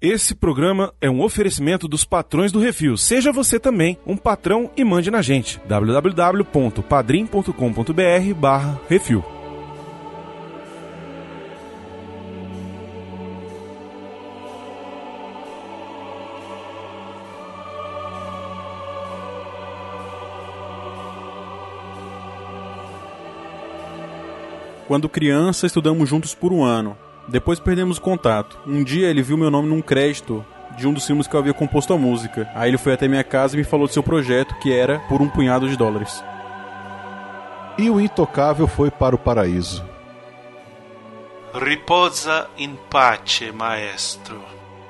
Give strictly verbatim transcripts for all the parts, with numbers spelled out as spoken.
Esse programa é um oferecimento dos patrões do Refil. Seja você também um patrão e mande na gente. w w w ponto padrim ponto com ponto b r barra refil. Quando criança, estudamos juntos por um ano. Depois perdemos o contato. Um dia ele viu meu nome num crédito de um dos filmes que eu havia composto a música. Aí ele foi até minha casa e me falou do seu projeto, que era por um punhado de dólares. E o intocável foi para o paraíso. Riposa in pace, maestro.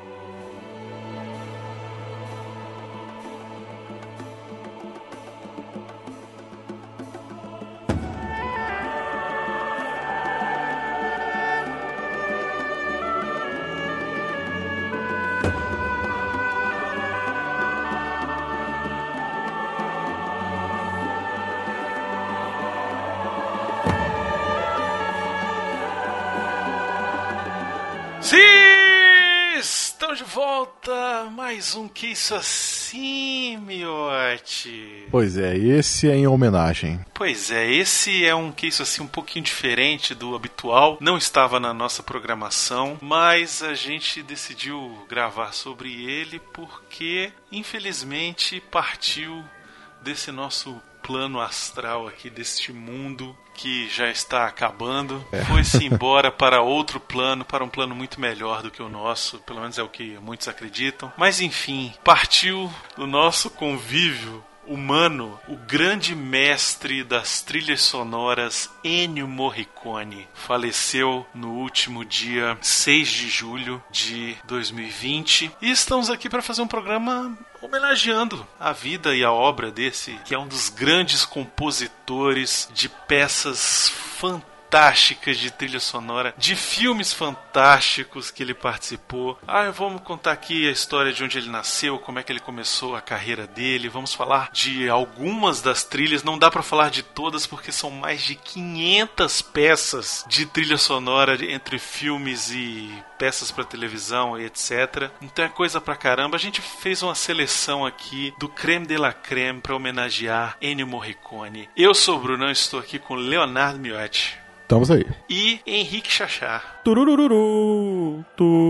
De volta, mais um Que Isso Assim, miote. Pois é, esse é em homenagem. Pois é, esse é um Que Isso Assim um pouquinho diferente do habitual. Não estava na nossa programação, mas a gente decidiu gravar sobre ele porque, infelizmente, partiu desse nosso plano astral aqui, deste mundo que já está acabando, é. Foi-se embora para outro plano, para um plano muito melhor do que o nosso, pelo menos é o que muitos acreditam. Mas enfim, partiu do nosso convívio humano, o grande mestre das trilhas sonoras, Ennio Morricone. Faleceu no último dia seis de julho de dois mil e vinte. E estamos aqui para fazer um programa homenageando a vida e a obra desse, que é um dos grandes compositores de peças fantásticas. fantásticas de trilha sonora, de filmes fantásticos que ele participou. Ah, vamos contar aqui a história de onde ele nasceu, como é que ele começou a carreira dele, vamos falar de algumas das trilhas, não dá pra falar de todas porque são mais de quinhentas peças de trilha sonora entre filmes e peças pra televisão e etcétera. Então é coisa pra caramba. A gente fez uma seleção aqui do creme de la creme pra homenagear Ennio Morricone. Eu sou o Brunão, estou aqui com Leonardo Miotti. Estamos aí. E Henrique Chachá. Turururu,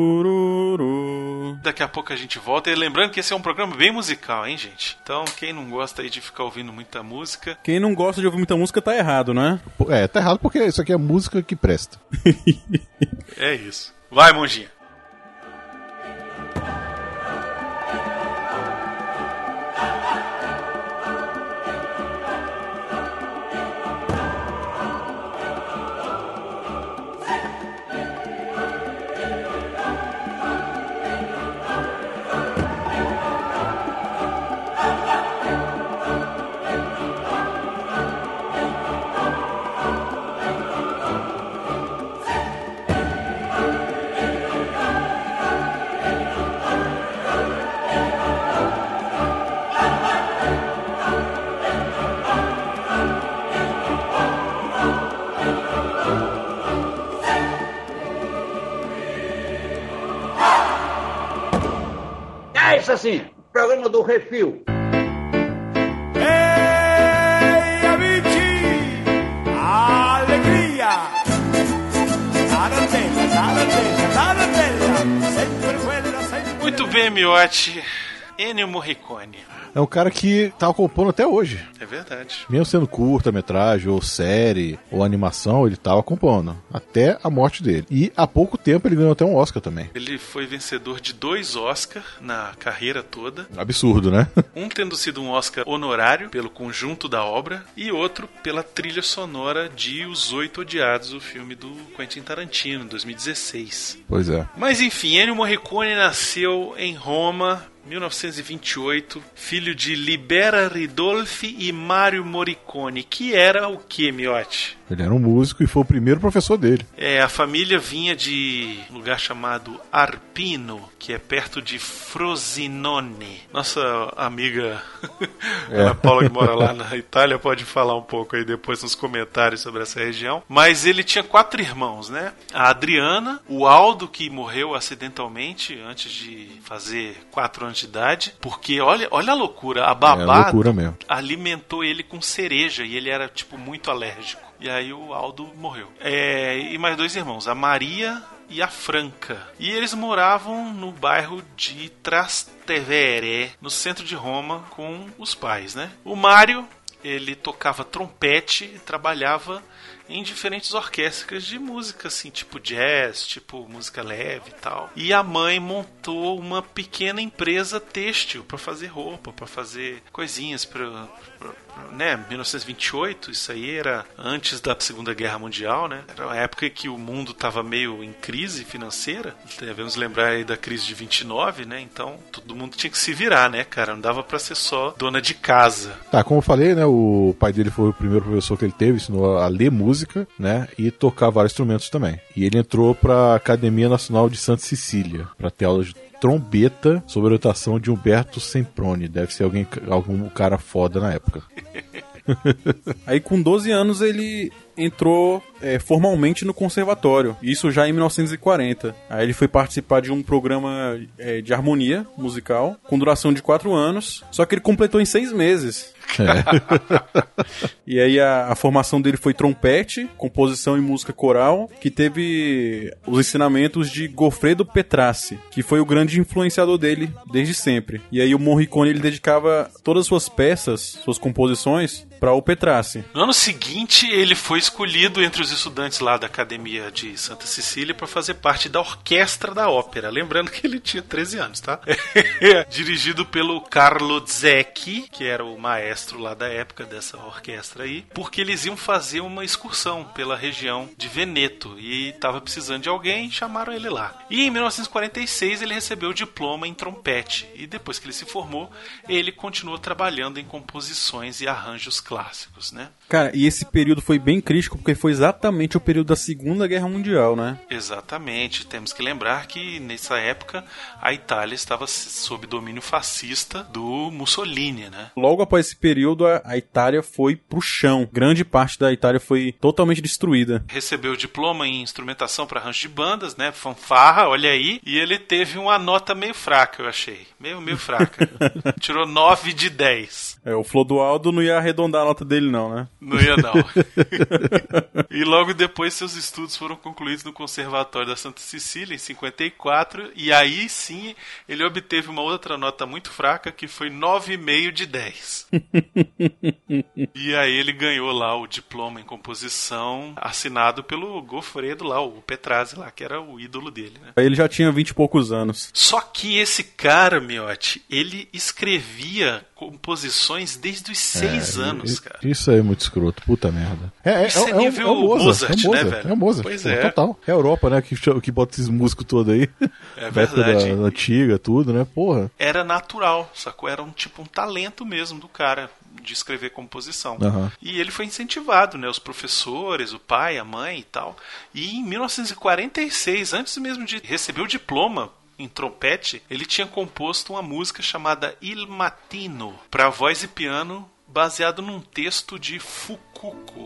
tururu. Daqui a pouco a gente volta. E lembrando que esse é um programa bem musical, hein, gente? Então, quem não gosta aí de ficar ouvindo muita música... Quem não gosta de ouvir muita música tá errado, né? É, tá errado porque isso aqui é música que presta. É isso. Vai, monjinha. É isso assim, programa do Refil. Ei, amici, alegria, tarantella, tarantella, tarantella, sempre quella, sempre... Muito bem, Miotti. Ennio Morricone. É um cara que tá compondo até hoje. É verdade. Mesmo sendo curta-metragem, ou série, ou animação, ele tava compondo. Até a morte dele. E há pouco tempo ele ganhou até um Oscar também. Ele foi vencedor de dois Oscars na carreira toda. Absurdo, né? Um tendo sido um Oscar honorário pelo conjunto da obra e outro pela trilha sonora de Os Oito Odiados, o filme do Quentin Tarantino, dois mil e dezesseis. Pois é. Mas enfim, Ennio Morricone nasceu em Roma, mil novecentos e vinte e oito, filho de Libera Ridolfi e Mario Morricone, que era o que, Miotti? Ele era um músico e foi o primeiro professor dele. É, a família vinha de um lugar chamado Arpino, que é perto de Frosinone. Nossa amiga é. Ana Paula, que mora lá na Itália, pode falar um pouco aí depois nos comentários sobre essa região. Mas ele tinha quatro irmãos, né? A Adriana, o Aldo, que morreu acidentalmente antes de fazer quatro anos de idade, porque olha, olha a loucura, a babá é loucura mesmo. alimentou ele com cereja e ele era tipo muito alérgico. E aí o Aldo morreu. É, e mais dois irmãos, a Maria e a Franca. E eles moravam no bairro de Trastevere, no centro de Roma, com os pais, né? O Mário, ele tocava trompete e trabalhava em diferentes orquestras de música, assim, tipo jazz, tipo música leve e tal. E a mãe montou uma pequena empresa têxtil para fazer roupa, para fazer coisinhas para, né, mil novecentos e vinte e oito, isso aí era antes da Segunda Guerra Mundial, né? Era uma época que o mundo estava meio em crise financeira. Devemos lembrar aí da crise de vinte e nove, né? Então, todo mundo tinha que se virar, né, cara? Não dava para ser só dona de casa. Tá, como eu falei, né, o pai dele foi o primeiro professor que ele teve, ensinou a ler música, né, e tocar vários instrumentos também. E ele entrou para a Academia Nacional de Santa Cecília para ter aulas de trombeta sob a orientação de Umberto Semproni. Deve ser alguém, algum cara foda na época. Aí com doze anos ele entrou é, formalmente no conservatório, isso já em mil novecentos e quarenta. Aí ele foi participar de um programa é, de harmonia musical com duração de quatro anos, só que ele completou em seis meses. É. E aí a, a formação dele foi trompete, composição e música coral, que teve os ensinamentos de Goffredo Petrassi, que foi o grande influenciador dele desde sempre. E aí o Morricone ele dedicava todas as suas peças, suas composições, para o Petrassi. No ano seguinte, ele foi escolhido entre os estudantes lá da Academia de Santa Cecília para fazer parte da Orquestra da Ópera. Lembrando que ele tinha treze anos, tá? Dirigido pelo Carlo Zecchi, que era o maestro lá da época dessa orquestra aí, porque eles iam fazer uma excursão pela região de Veneto e estava precisando de alguém, chamaram ele lá. E em mil novecentos e quarenta e seis ele recebeu o diploma em trompete e depois que ele se formou, ele continuou trabalhando em composições e arranjos clássicos, né? Cara, e esse período foi bem crítico porque foi exatamente o período da Segunda Guerra Mundial, né? Exatamente. Temos que lembrar que nessa época a Itália estava sob domínio fascista do Mussolini, né? Logo após esse período, a, a Itália foi pro chão. Grande parte da Itália foi totalmente destruída. Recebeu o diploma em instrumentação para arranjo de bandas, né? Fanfarra, olha aí. E ele teve uma nota meio fraca, eu achei. Meio, meio fraca. Tirou nove de dez. É, o Flodoaldo não ia arredondar a nota dele não, né? Não ia não. E logo depois seus estudos foram concluídos no Conservatório da Santa Cecília, em cinquenta e quatro. E aí sim, ele obteve uma outra nota muito fraca, que foi nove vírgula cinco de dez. E aí ele ganhou lá o diploma em composição assinado pelo Goffredo lá, o Petrassi lá, que era o ídolo dele, né? Ele já tinha vinte e poucos anos. Só que esse cara, Miotti, ele escrevia composições desde os seis é, anos, cara. Isso aí é muito escroto, puta merda. É, é, isso é, é, nível é o Mozart, Mozart, é o Mozart, né, velho? É o Mozart, pois pô, é. Total. É a Europa, né, que, que bota esses músicos todos aí. É Época verdade. da, da antiga, tudo, né, porra. Era natural, sacou? Era um tipo um talento mesmo do cara de escrever composição. Uhum. E ele foi incentivado, né? Os professores, o pai, a mãe e tal. E em mil novecentos e quarenta e seis, antes mesmo de receber o diploma em trompete, ele tinha composto uma música chamada Il Mattino para voz e piano, baseado num texto de Fukuko.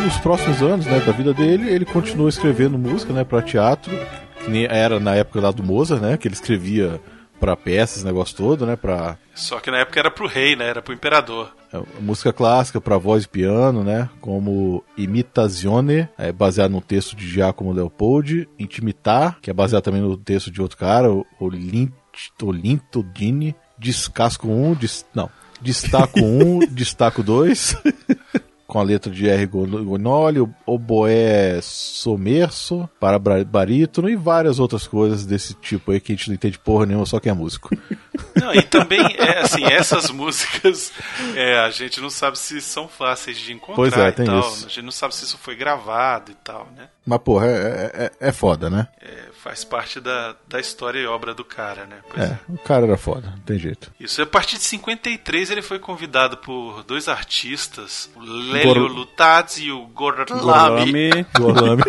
nos próximos anos, né, da vida dele, ele continuou escrevendo música, né, para teatro, que nem era na época lá do Mozart, né, que ele escrevia para peças, esse negócio todo, né, para Só que na época era pro rei, né, era pro imperador. música clássica para voz e piano, né, como Imitazione, é baseado no texto de Giacomo Leopold, Intimitar, que é baseado também no texto de outro cara, o Olinto Dini, Descasco um, des... não, Destaco um, Destaco dois, com a letra de R. Gonoli, Oboé Somerso, para barítono e várias outras coisas desse tipo aí que a gente não entende porra nenhuma, só quem é músico. Não, e também, é, assim, essas músicas, é, a gente não sabe se são fáceis de encontrar pois é, e tem tal. isso. A gente não sabe se isso foi gravado e tal, né? Mas, porra, é, é, é foda, né? É, faz parte da, da história e obra do cara, né? Pois É, o cara era foda, não tem jeito. Isso, a partir de cinquenta e três ele foi convidado por dois artistas, o Lelio Gor... Lutazzi e o Gorlami. Gorlami.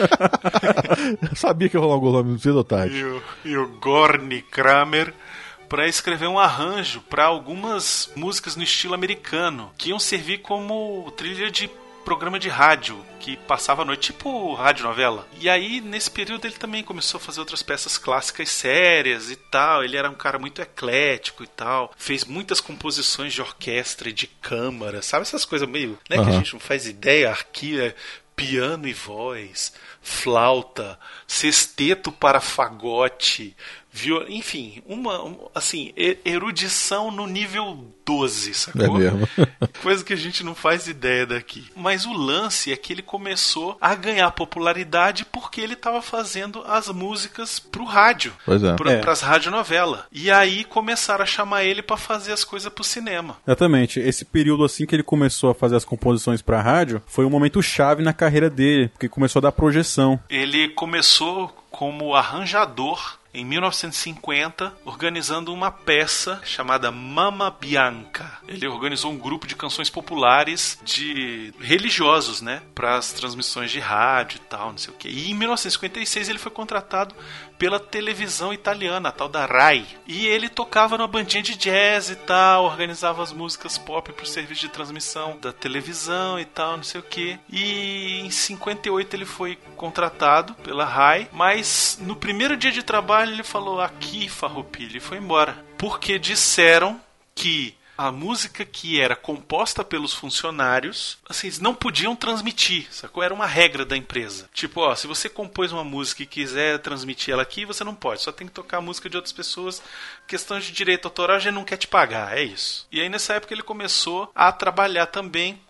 Eu sabia que ia rolar um Gorlami no cedo ou tarde. E o, e o Gorny Kramer, para escrever um arranjo para algumas músicas no estilo americano, que iam servir como trilha de programa de rádio que passava à noite, tipo radionovela. E aí, nesse período, ele também começou a fazer outras peças clássicas sérias e tal. Ele era um cara muito eclético e tal. Fez muitas composições de orquestra e de câmara, sabe? Essas coisas meio, né, uhum, que a gente não faz ideia. Aqui é piano e voz, flauta, sexteto para fagote, viol... enfim, uma, um, assim, erudição no nível doze, sacou? É mesmo. Coisa que a gente não faz ideia daqui. Mas o lance é que ele começou a ganhar popularidade porque ele estava fazendo as músicas pro rádio, pois é. Pra, é. pras radionovelas. E aí começaram a chamar ele para fazer as coisas pro cinema. Exatamente. Esse período assim que ele começou a fazer as composições pra rádio foi um momento chave na carreira dele, porque começou a dar projeção. Ele começou como arranjador em mil novecentos e cinquenta, organizando uma peça chamada Mama Bianca. Ele organizou um grupo de canções populares de religiosos, né, para as transmissões de rádio e tal, não sei o quê. E em mil novecentos e cinquenta e seis ele foi contratado pela televisão italiana, a tal da Rai. E ele tocava numa bandinha de jazz e tal, organizava as músicas pop pro serviço de transmissão da televisão e tal, não sei o quê. E em cinquenta e oito ele foi contratado pela Rai, mas no primeiro dia de trabalho ele falou: aqui, Farroupilha, e foi embora. Porque disseram que a música que era composta pelos funcionários, assim, eles não podiam transmitir, sacou? Era uma regra da empresa. Tipo, ó, se você compôs uma música e quiser transmitir ela aqui, você não pode. Só tem que tocar a música de outras pessoas. Questão de direito autoral, a gente não quer te pagar, é isso. E aí nessa época ele começou a trabalhar também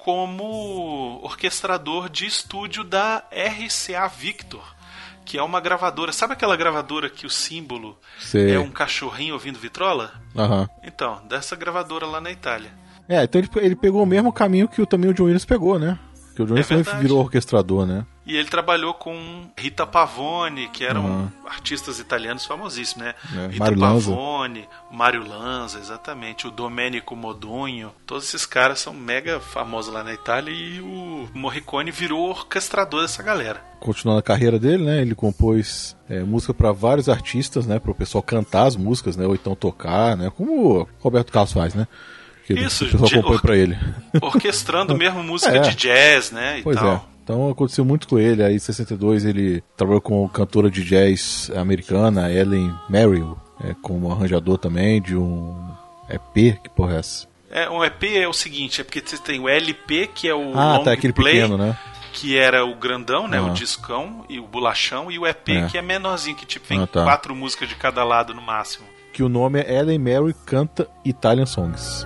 como orquestrador de estúdio da R C A Victor, que é uma gravadora. Sabe aquela gravadora que o símbolo Sei. é um cachorrinho ouvindo vitrola? Aham. Então, dessa gravadora lá na Itália. É, então ele, ele pegou o mesmo caminho que o, também o John Williams pegou, né? Porque o John Williams É também virou orquestrador, né? E ele trabalhou com Rita Pavone, que eram Uhum. artistas italianos famosíssimos, né? É, Rita Mário Lanza. Pavone, Mário Lanza, exatamente. O Domenico Modugno. Todos esses caras são mega famosos lá na Itália e o Morricone virou orquestrador dessa galera. Continuando a carreira dele, né? Ele compôs é, música para vários artistas, né? Para o pessoal cantar as músicas, né? Ou então tocar, né? Como o Roberto Carlos faz, né? Que Isso, o pessoal de- compõe or- para ele. Orquestrando mesmo música É. de jazz, né? E Pois tal. é. Então aconteceu muito com ele. Aí em sessenta e dois ele trabalhou com cantora de jazz americana, Ellen Merrill, é, como arranjador também de um E P, que porra é essa? É, um E P é o seguinte, é porque você tem o L P, que é o Ah, long tá, aquele play, pequeno, né? que era o grandão, né, Ah. o discão e o bolachão, e o E P, É. que é menorzinho, que tipo vem Ah, tá. quatro músicas de cada lado no máximo. Que o nome é Ellen Merrill Canta Italian Songs.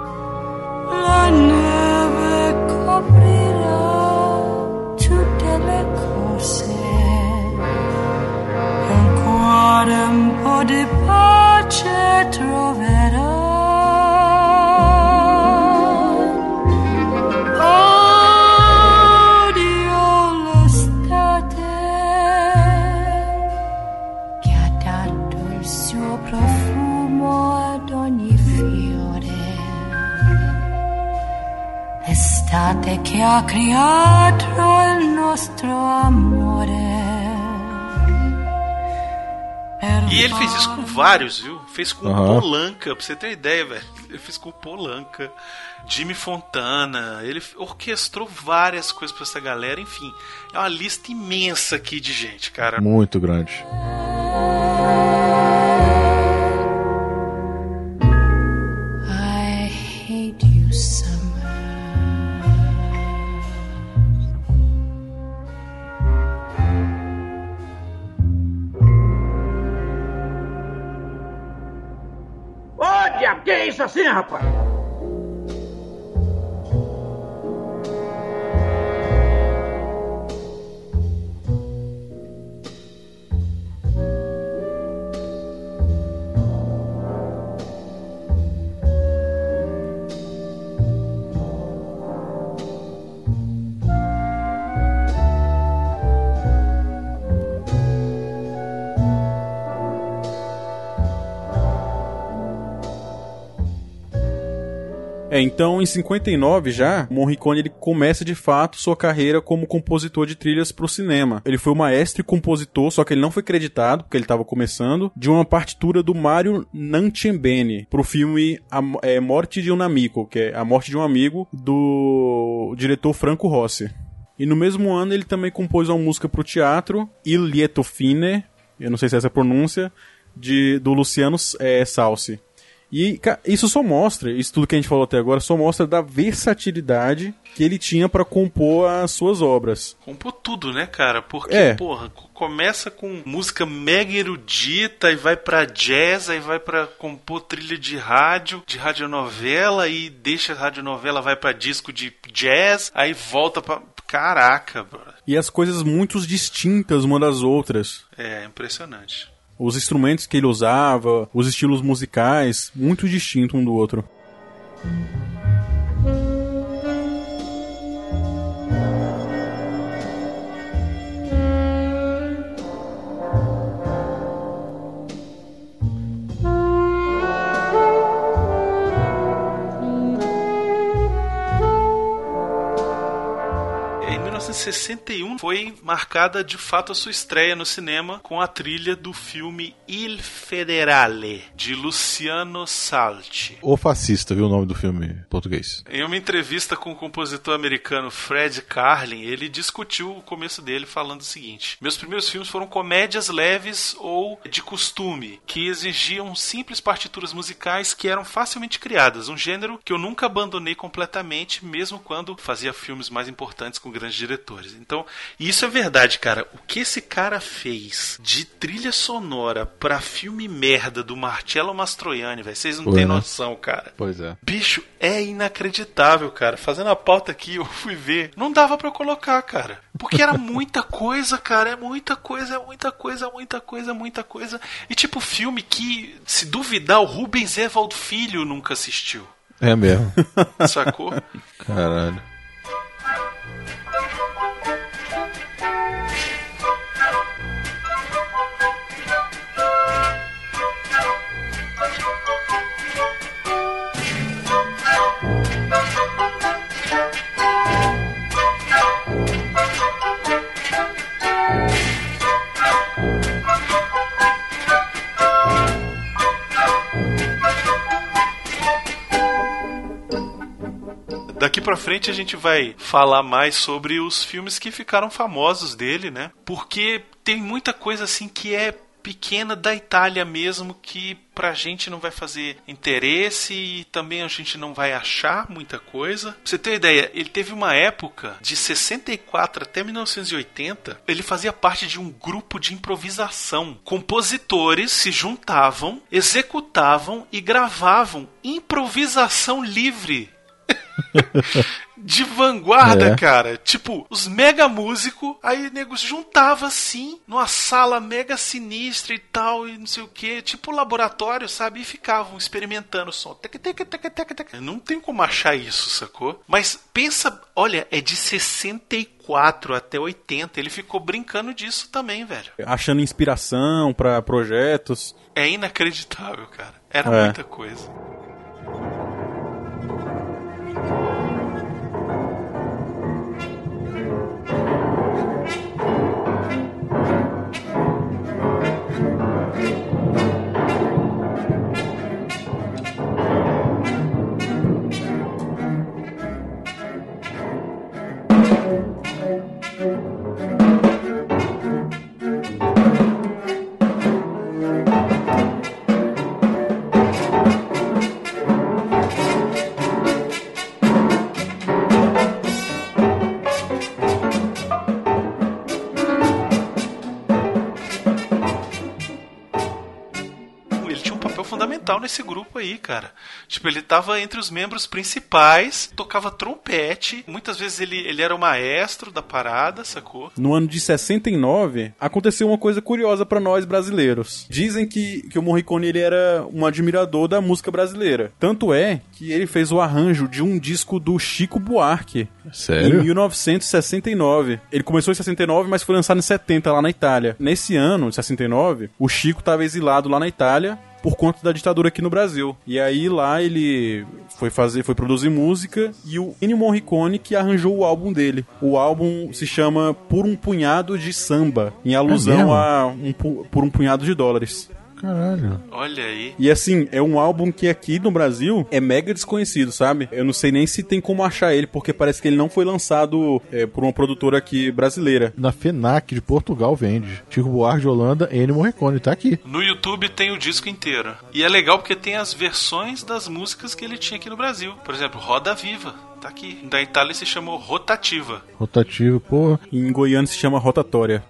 La neve coprirà tutte le cose e il cuore un po' di pace troverà. Odio l'estate che ha dato il suo profumo ad ogni fiore. L'estate che ha creato il nostro amore. Per E ele fez isso com vários, viu? Fez com Uhum. Polanca, pra você ter uma ideia, velho. Ele fez com Polanca, Jimmy Fontana. Ele orquestrou várias coisas pra essa galera. Enfim, é uma lista imensa aqui de gente, cara. Muito grande. I hate you, summer. Ô, diabo, que é isso assim, rapaz? É, então em cinquenta e nove já, Morricone ele começa de fato sua carreira como compositor de trilhas pro cinema. Ele foi o maestro e compositor, só que ele não foi creditado, porque ele estava começando, de uma partitura do Mario Nanchembeni pro filme A é, Morte de um Amico, que é A Morte de um Amigo, do diretor Franco Rossi. E no mesmo ano ele também compôs uma música pro teatro, Il Lieto Fine, eu não sei se é essa a pronúncia, de, do Luciano é, Salsi. E isso só mostra, isso tudo que a gente falou até agora, só mostra da versatilidade que ele tinha pra compor as suas obras. Compor tudo, né, cara? Porque, É. porra, começa com música mega erudita e vai pra jazz, aí vai pra compor trilha de rádio, de radionovela, e deixa a radionovela, vai pra disco de jazz, aí volta pra... Caraca, bro. E as coisas muito distintas uma das outras. É, impressionante. Os instrumentos que ele usava, os estilos musicais, muito distintos um do outro. Em mil novecentos e sessenta e um foi marcada de fato a sua estreia no cinema com a trilha do filme Il Federale, de Luciano Salti. O Fascista, viu o nome do filme em português? Em uma entrevista com o compositor americano Fred Carlin, ele discutiu o começo dele falando o seguinte: meus primeiros filmes foram comédias leves ou de costume, que exigiam simples partituras musicais que eram facilmente criadas, um gênero que eu nunca abandonei completamente, mesmo quando fazia filmes mais importantes com grandes diretores. Então, isso é verdade, cara. O que esse cara fez de trilha sonora pra filme merda do Marcello Mastroianni, velho, vocês não Foi, têm né? noção, cara. Pois é. Bicho, é inacreditável, cara. Fazendo a pauta aqui, eu fui ver. Não dava pra eu colocar, cara. Porque era muita coisa, cara. É muita coisa, é muita coisa, muita coisa, muita coisa. E tipo, filme que, se duvidar, o Rubens Evald Filho nunca assistiu. É mesmo. Sacou? Caralho. Daqui pra frente a gente vai falar mais sobre os filmes que ficaram famosos dele, né? Porque tem muita coisa assim que é pequena da Itália mesmo, que pra gente não vai fazer interesse e também a gente não vai achar muita coisa. Pra você ter uma ideia, ele teve uma época de sessenta e quatro até mil novecentos e oitenta, ele fazia parte de um grupo de improvisação. Compositores se juntavam, executavam e gravavam improvisação livre. De vanguarda, É. cara. Tipo, os mega músicos, aí o nego se juntava assim, numa sala mega sinistra e tal, e não sei o que, tipo laboratório, sabe? E ficavam experimentando o som. Tec, tec, tec, tec, tec. Não tem como achar isso, sacou? Mas pensa, olha, é de sessenta e quatro até oitenta, ele ficou brincando disso também, velho. Achando inspiração pra projetos. É inacreditável, cara. Era É. muita coisa. papel fundamental nesse grupo aí, cara. Tipo, ele tava entre os membros principais, tocava trompete, muitas vezes ele, ele era o maestro da parada, sacou? No ano de sessenta e nove, aconteceu uma coisa curiosa pra nós brasileiros. Dizem que, que o Morricone ele era um admirador da música brasileira. Tanto é que ele fez o arranjo de um disco do Chico Buarque. Sério? Em mil novecentos e sessenta e nove. Ele começou em sessenta e nove, mas foi lançado em setenta lá na Itália. Nesse ano, em sessenta e nove, o Chico estava exilado lá na Itália por conta da ditadura aqui no Brasil. E aí lá ele foi fazer, foi produzir música, e o Ennio Morricone que arranjou o álbum dele. O álbum se chama Por um Punhado de Samba, em alusão É a um, Por um Punhado de Dólares. Caralho. Olha aí. E assim, é um álbum que aqui no Brasil é mega desconhecido, sabe? Eu não sei nem se tem como achar ele, porque parece que ele não foi lançado é, por uma produtora aqui brasileira. Na FENAC de Portugal vende. Chico Buarque de Holanda, Ennio Morricone, tá aqui. No YouTube tem o disco inteiro. E é legal porque tem as versões das músicas que ele tinha aqui no Brasil. Por exemplo, Roda Viva. Tá aqui. Da Itália se chamou Rotativa. Rotativo, porra. Em Goiânia se chama Rotatória.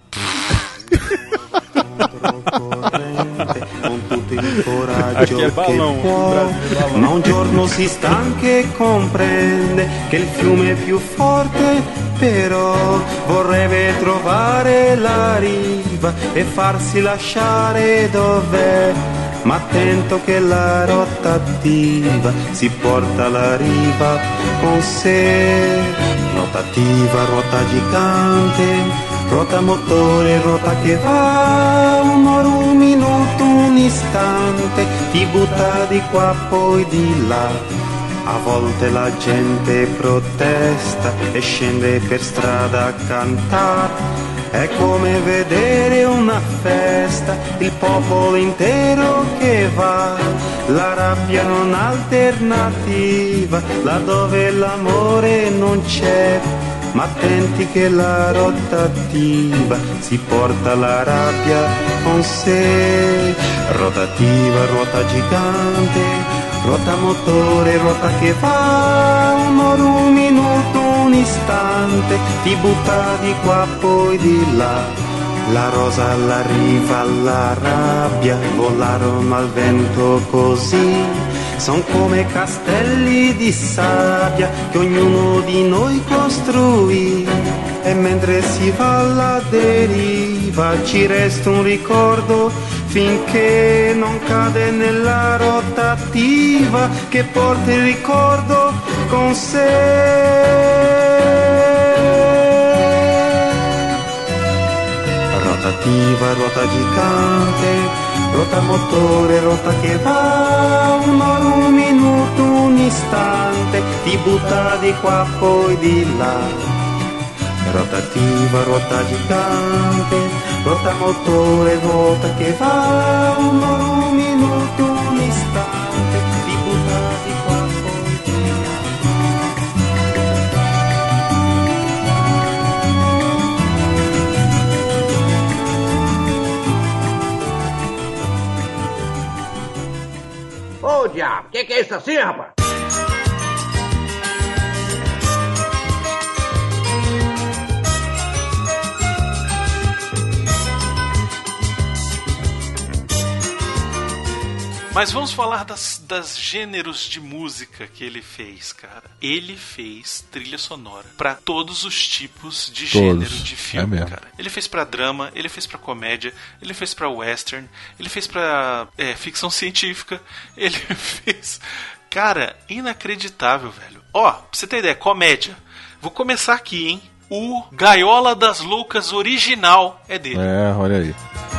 Aqui é balão, balão. Ma un giorno si stanca e comprende che il fiume è più forte, però vorrebbe trovare la riva e farsi lasciare dov'è. Ma attento che la rotativa si porta la riva con sé. Rotativa, rota gigante, rota motore, rota che va, un'ora, un minuto, un istante, ti butta di qua poi di là. A volte la gente protesta e scende per strada a cantare. È come vedere una festa, il popolo intero che va. La rabbia non alternativa, laddove l'amore non c'è. Ma attenti che la rotativa si porta la rabbia con sé. Rotativa, ruota gigante, ruota motore, ruota che va. Un'ora, un minuto, un istante, ti butta di qua poi di là. La rosa alla riva, la rabbia volarono al vento così. Son come castelli di sabbia che ognuno di noi costruì. E mentre si va alla deriva ci resta un ricordo finché non cade nella rotativa che porta il ricordo con sé. Rotativa, ruota gigante, rota motore, rota che va, un'ora, un minuto, un istante, ti butta di qua poi di là. Rotativa, ruota gigante, rota motore, rota che va, un'ora, un minuto, un istante, ti butta di qua poi di là. Ô, diabo, que que é isso assim, rapaz? Mas vamos falar das, das gêneros de música que ele fez, cara. Ele fez trilha sonora pra todos os tipos de gênero de filme, é cara. Ele fez pra drama, ele fez pra comédia, ele fez pra western, ele fez pra é, ficção científica, ele fez... Cara, inacreditável, velho. Ó, pra você ter ideia, comédia. Vou começar aqui, hein. O Gaiola das Loucas original é dele. É, olha aí.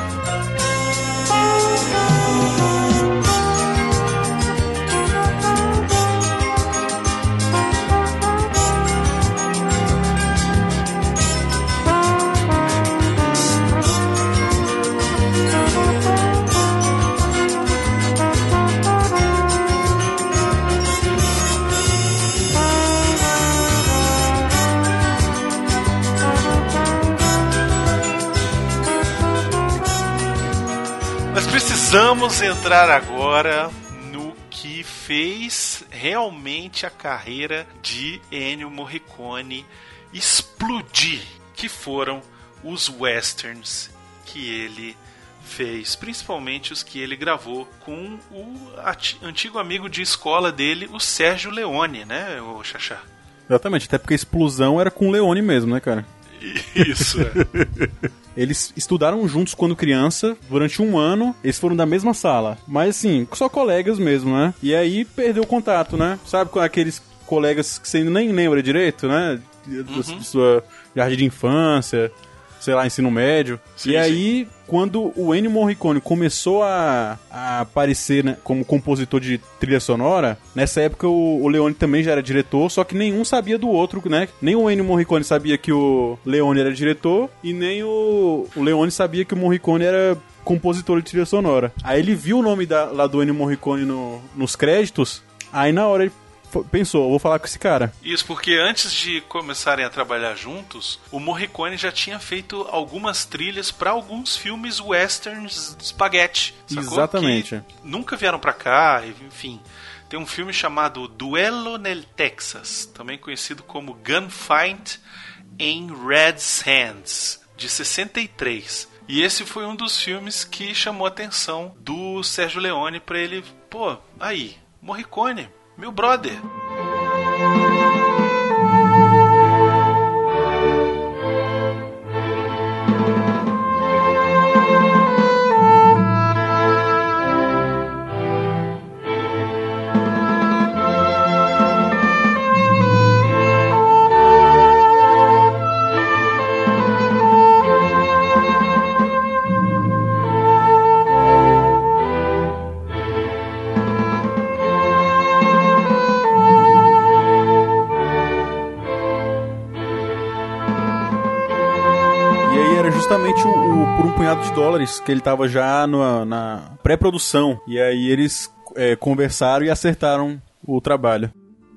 Precisamos entrar agora no que fez realmente a carreira de Ennio Morricone explodir, que foram os westerns que ele Fez, principalmente os que ele gravou com o ati- antigo amigo de escola dele, o Sérgio Leone, né, o Xaxá? Exatamente, até porque a explosão era com o Leone mesmo, né, cara? Isso, é. Eles estudaram juntos quando criança, durante um ano, eles foram da mesma sala. Mas assim, só colegas mesmo, né? E aí perdeu o contato, né? Sabe com aqueles colegas que você nem lembra direito, né? De, uhum. de sua jardim de infância, sei lá, ensino médio. Sim, e aí, sim. quando o Ennio Morricone começou a, a aparecer, né, como compositor de trilha sonora, nessa época o, o Leone também já era diretor, só que nenhum sabia do outro, né? Nem o Ennio Morricone sabia que o Leone era diretor, e nem o, o Leone sabia que o Morricone era compositor de trilha sonora. Aí ele viu o nome da, lá do Ennio Morricone no, nos créditos, aí na hora ele pensou, vou falar com esse cara. Isso, porque antes de começarem a trabalhar juntos, o Morricone já tinha feito algumas trilhas para alguns filmes westerns de spaghetti. Sacou? Exatamente. Que nunca vieram pra cá, enfim. Tem um filme chamado Duelo nel Texas, também conhecido como Gunfight in Red Sands, de sessenta e três. E esse foi um dos filmes que chamou a atenção do Sérgio Leone pra ele, pô, aí, Morricone, meu brother. Justamente o, o, por um punhado de dólares, que ele tava já no, na pré-produção. E aí eles é, conversaram e acertaram o trabalho.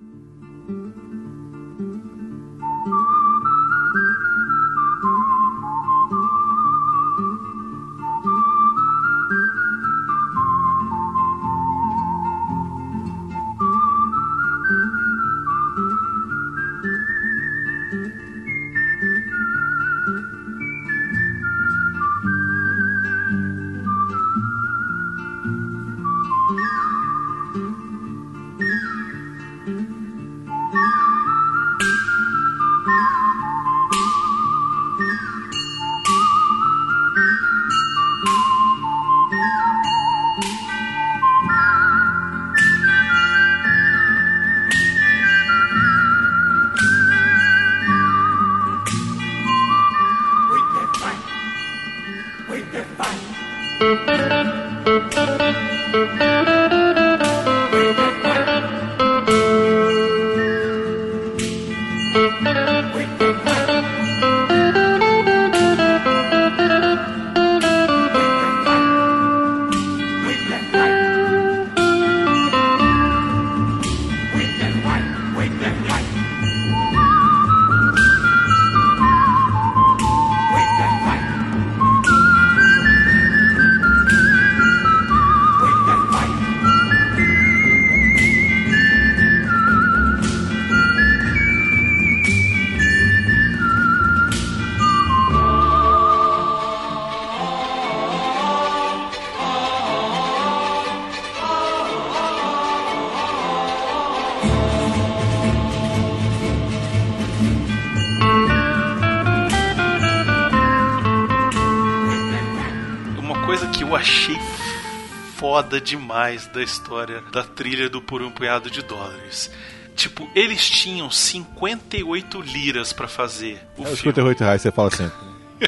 Foda demais da história da trilha do Por um Punhado de Dólares. Tipo, eles tinham cinquenta e oito liras pra fazer o é, filme. cinquenta e oito reais, você fala sempre.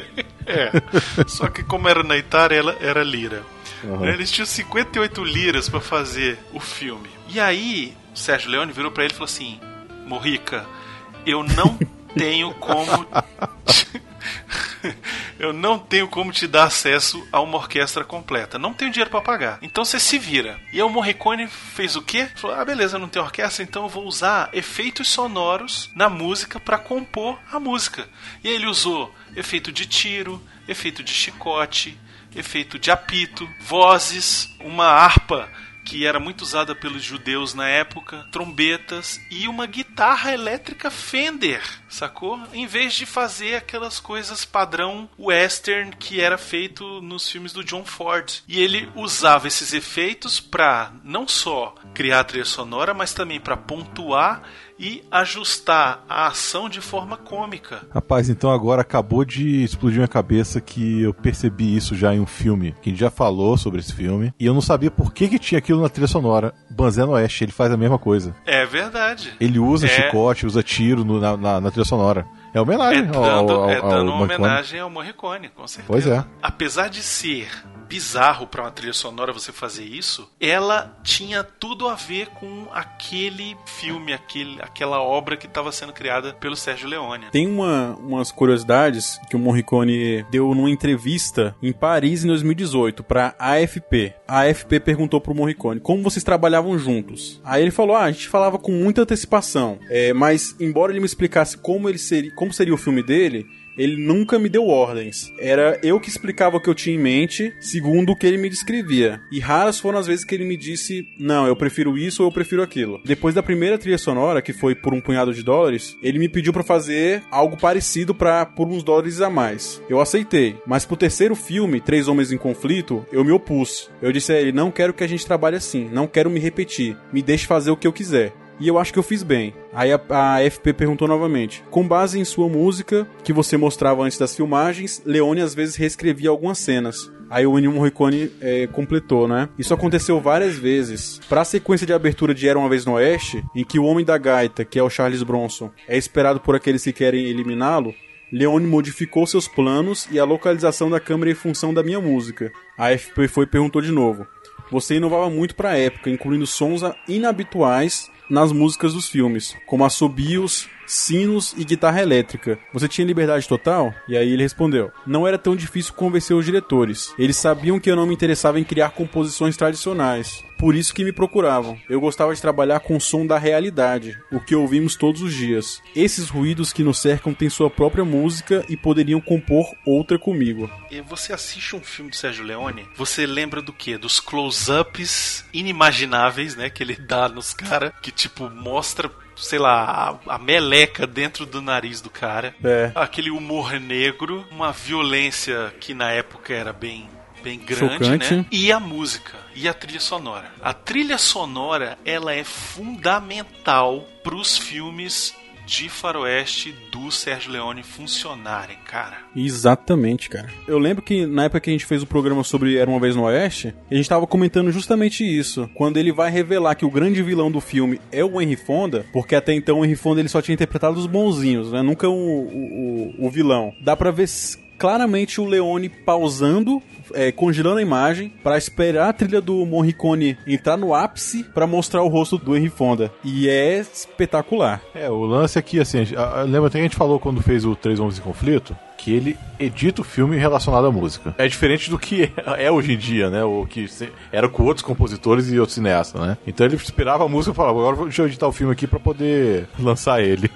É, só que como era na Itália, ela era lira. Uhum. Eles tinham cinquenta e oito liras pra fazer o filme. E aí, o Sérgio Leone virou pra ele e falou assim: Morrica, eu não tenho como... eu não tenho como te dar acesso a uma orquestra completa. Não tenho dinheiro pra pagar. Então você se vira. E aí o Morricone fez o quê? Falou, ah, beleza, não tem orquestra, então eu vou usar efeitos sonoros na música pra compor a música. E aí ele usou efeito de tiro, efeito de chicote, efeito de apito, vozes, uma harpa que era muito usada pelos judeus na época, trombetas e uma guitarra elétrica Fender. sacou? Em vez de fazer aquelas coisas padrão western que era feito nos filmes do John Ford. E ele usava esses efeitos pra não só criar a trilha sonora, mas também pra pontuar e ajustar a ação de forma cômica. Rapaz, então agora acabou de explodir minha cabeça que eu percebi isso já em um filme, que a gente já falou sobre esse filme, e eu não sabia por que que tinha aquilo na trilha sonora. Banzé no Oeste, ele faz a mesma coisa. É verdade. Ele usa é... chicote, usa tiro no, na, na, na trilha sonora. É homenagem é dando, ao, ao, é dando ao uma Morricone. homenagem ao Morricone, com certeza. Pois é. Apesar de ser bizarro pra uma trilha sonora você fazer isso, ela tinha tudo a ver com aquele filme, aquele, aquela obra que estava sendo criada pelo Sérgio Leone. Tem uma, umas curiosidades que o Morricone deu numa entrevista em Paris em dois mil e dezoito pra A F P. A A F P perguntou pro Morricone como vocês trabalhavam juntos. Aí ele falou, ah, a gente falava com muita antecipação, é, mas embora ele me explicasse como, ele seria, como seria o filme dele, ele nunca me deu ordens. Era eu que explicava o que eu tinha em mente, segundo o que ele me descrevia. E raras foram as vezes que ele me disse, não, eu prefiro isso ou eu prefiro aquilo. Depois da primeira trilha sonora, que foi por um punhado de dólares, ele me pediu pra fazer algo parecido pra, por uns dólares a mais. Eu aceitei. Mas pro terceiro filme, Três Homens em Conflito, eu me opus. Eu disse a ele, não quero que a gente trabalhe assim, não quero me repetir, me deixe fazer o que eu quiser. E eu acho que eu fiz bem. Aí a, a F P perguntou novamente. Com base em sua música, que você mostrava antes das filmagens, Leone às vezes reescrevia algumas cenas. Aí o Ennio Morricone é, completou, né? Isso aconteceu várias vezes. Pra sequência de abertura de Era Uma Vez no Oeste, em que o Homem da Gaita, que é o Charles Bronson, é esperado por aqueles que querem eliminá-lo, Leone modificou seus planos e a localização da câmera em função da minha música. A F P foi e perguntou de novo. Você inovava muito pra época, incluindo sons inabituais nas músicas dos filmes, como assobios, sinos e guitarra elétrica. Você tinha liberdade total? E aí ele respondeu, não era tão difícil convencer os diretores. Eles sabiam que eu não me interessava em criar composições tradicionais. Por isso que me procuravam. Eu gostava de trabalhar com o som da realidade, o que ouvimos todos os dias. Esses ruídos que nos cercam têm sua própria música e poderiam compor outra comigo. E você assiste um filme do Sérgio Leone, você lembra do quê? Dos close-ups inimagináveis, né, que ele dá nos caras, que tipo mostra, sei lá, a, a meleca dentro do nariz do cara. É. Aquele humor negro, uma violência que na época era bem, bem grande, chocante, né? E a música, e a trilha sonora. A trilha sonora, ela é fundamental pros filmes de faroeste do Sérgio Leone funcionarem, cara. Exatamente, cara. Eu lembro que na época que a gente fez o programa sobre Era Uma Vez no Oeste, a gente tava comentando justamente isso. Quando ele vai revelar que o grande vilão do filme é o Henry Fonda, porque até então o Henry Fonda ele só tinha interpretado os bonzinhos, né? Nunca o, o, o, o vilão. Dá pra ver claramente o Leone pausando, é, congelando a imagem pra esperar a trilha do Morricone entrar no ápice pra mostrar o rosto do Henry Fonda. E é espetacular. É, o lance aqui, assim, lembra até que a gente falou quando fez o Três Homens em Conflito, que ele edita o filme relacionado à música. É diferente do que é hoje em dia, né? O que era com outros compositores e outros cineastas, né? Então ele esperava a música e falava, agora deixa eu editar o filme aqui pra poder lançar ele.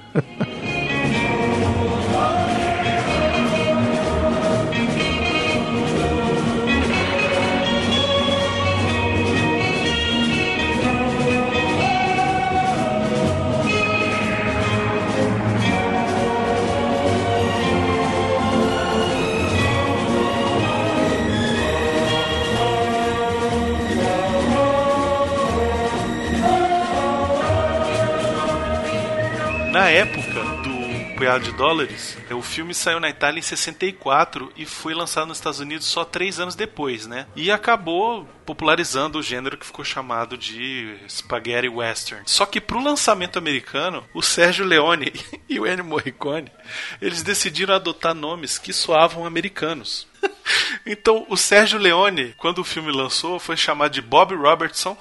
Na época do Punhado de Dólares, o filme saiu na Itália em sessenta e quatro e foi lançado nos Estados Unidos só três anos depois, né? E acabou popularizando o gênero que ficou chamado de Spaghetti Western. Só que pro lançamento americano, o Sérgio Leone e o Ennio Morricone, eles decidiram adotar nomes que soavam americanos. Então, o Sérgio Leone, quando o filme lançou, foi chamado de Bob Robertson.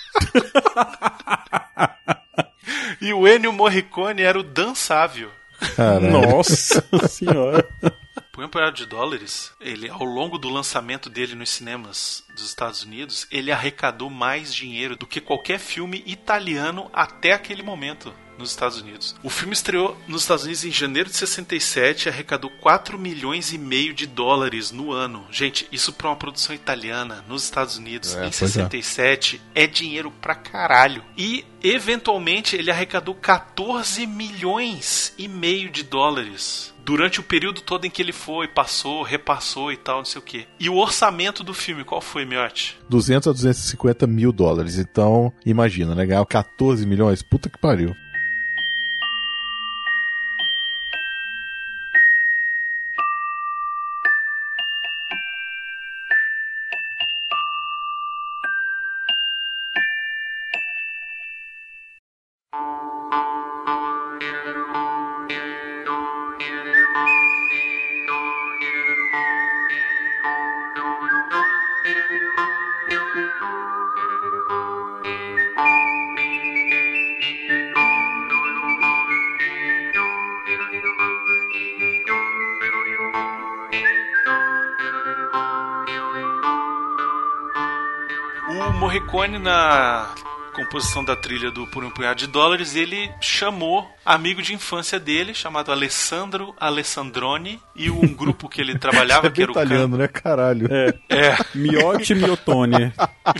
E o Ennio Morricone era o Dan Savio. Nossa senhora. Por um punhado de dólares, ele, ao longo do lançamento dele nos cinemas dos Estados Unidos, ele arrecadou mais dinheiro do que qualquer filme italiano até aquele momento. nos Estados Unidos. O filme estreou nos Estados Unidos em janeiro de sessenta e sete e arrecadou quatro milhões e meio de dólares no ano. Gente, isso pra uma produção italiana nos Estados Unidos É, em pois sessenta e sete é. é dinheiro pra caralho. E, eventualmente, ele arrecadou quatorze milhões e meio de dólares durante o período todo em que ele foi, passou, repassou e tal, não sei o quê. E o orçamento do filme, qual foi, Miotti? duzentos a duzentos e cinquenta mil dólares. Então, imagina, né? Ganhar quatorze milhões. Puta que pariu. O Morricone, na composição da trilha do Por um Punhado de Dólares, ele chamou amigo de infância dele, chamado Alessandro Alessandroni, e um grupo que ele trabalhava, É que era o italiano, né? Caralho. É. É. Miotti Miotone.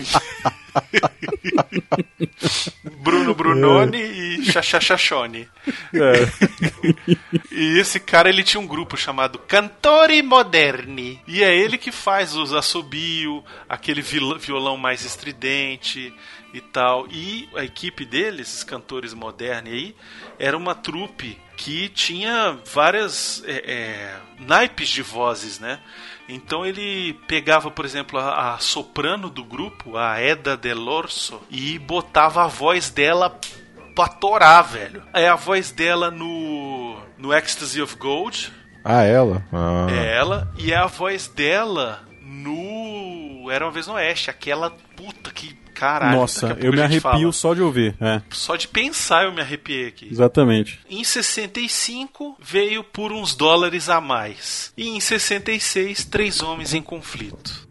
Bruno Brunoni e Chachachachone. É. E esse cara, ele tinha um grupo chamado Cantori Moderni. E é ele que faz os assobio, aquele violão mais estridente e tal. E a equipe dele, esses cantores modernos aí, era uma trupe que tinha várias é, é, naipes de vozes, né? Então ele pegava, por exemplo, a, a soprano do grupo, a Eda Dell'Orso, e botava a voz dela pra torar, velho. É a voz dela no, no Ecstasy of Gold. Ah, ela? Ah. É ela. E é a voz dela no Era Uma Vez no Oeste. Aquela puta que... Caralho, nossa, eu me arrepio fala. Só de ouvir. É. Só de pensar eu me arrepiei aqui. Exatamente. Em sessenta e cinco veio Por Uns Dólares a Mais. E em sessenta e seis, Três Homens em Conflito.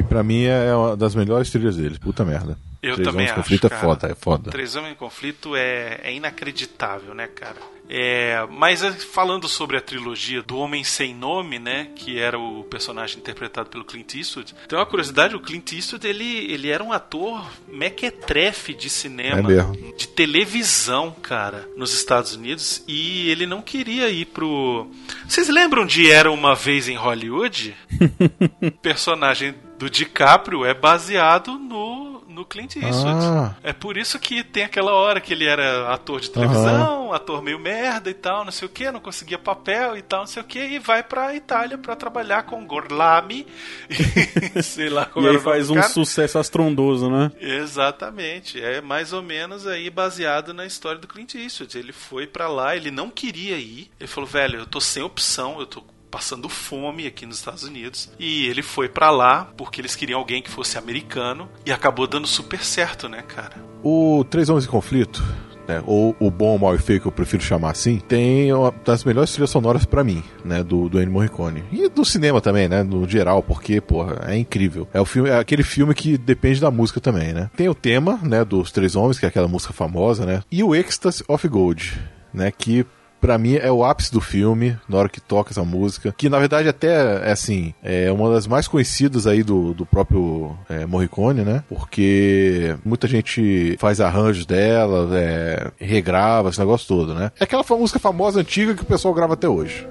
Pra mim é uma das melhores trilhas deles, puta merda. Eu Três também Homens em acho, Conflito cara. é foda, é foda. Três Homens em Conflito é, é inacreditável, né, cara? É, mas falando sobre a trilogia do Homem Sem Nome, né, que era o personagem interpretado pelo Clint Eastwood, tem uma curiosidade, o Clint Eastwood, ele, ele era um ator mequetrefe de cinema, É mesmo. de televisão, cara, nos Estados Unidos, e ele não queria ir pro... Vocês lembram de Era Uma Vez em Hollywood? O personagem do DiCaprio é baseado no, no Clint Eastwood. Ah. É por isso que tem aquela hora que ele era ator de televisão, uhum. ator meio merda e tal, não sei o que, não conseguia papel e tal, não sei o que, e vai pra Itália pra trabalhar com Gorlami, sei lá como E era aí o nome faz do um cara. sucesso astrondoso, né? Exatamente, é mais ou menos aí baseado na história do Clint Eastwood. Ele foi pra lá, ele não queria ir, ele falou, velho, eu tô sem opção, eu tô passando fome aqui nos Estados Unidos, e ele foi pra lá porque eles queriam alguém que fosse americano, e acabou dando super certo, né, cara? O Três Homens em Conflito, né, ou o Bom, o Mal e o Feio, que eu prefiro chamar assim, tem uma das melhores trilhas sonoras pra mim, né, do, do Ennio Morricone. E do cinema também, né, no geral, porque, porra, é incrível. É, o filme, é aquele filme que depende da música também, né. Tem o tema, né, dos Três Homens, que é aquela música famosa, né, e o Ecstasy of Gold, né, que pra mim é o ápice do filme, na hora que toca essa música, que na verdade até, é assim, é uma das mais conhecidas aí do, do próprio é, Morricone, né, porque muita gente faz arranjos dela, é, regrava, esse negócio todo, né. É aquela música famosa, antiga, que o pessoal grava até hoje.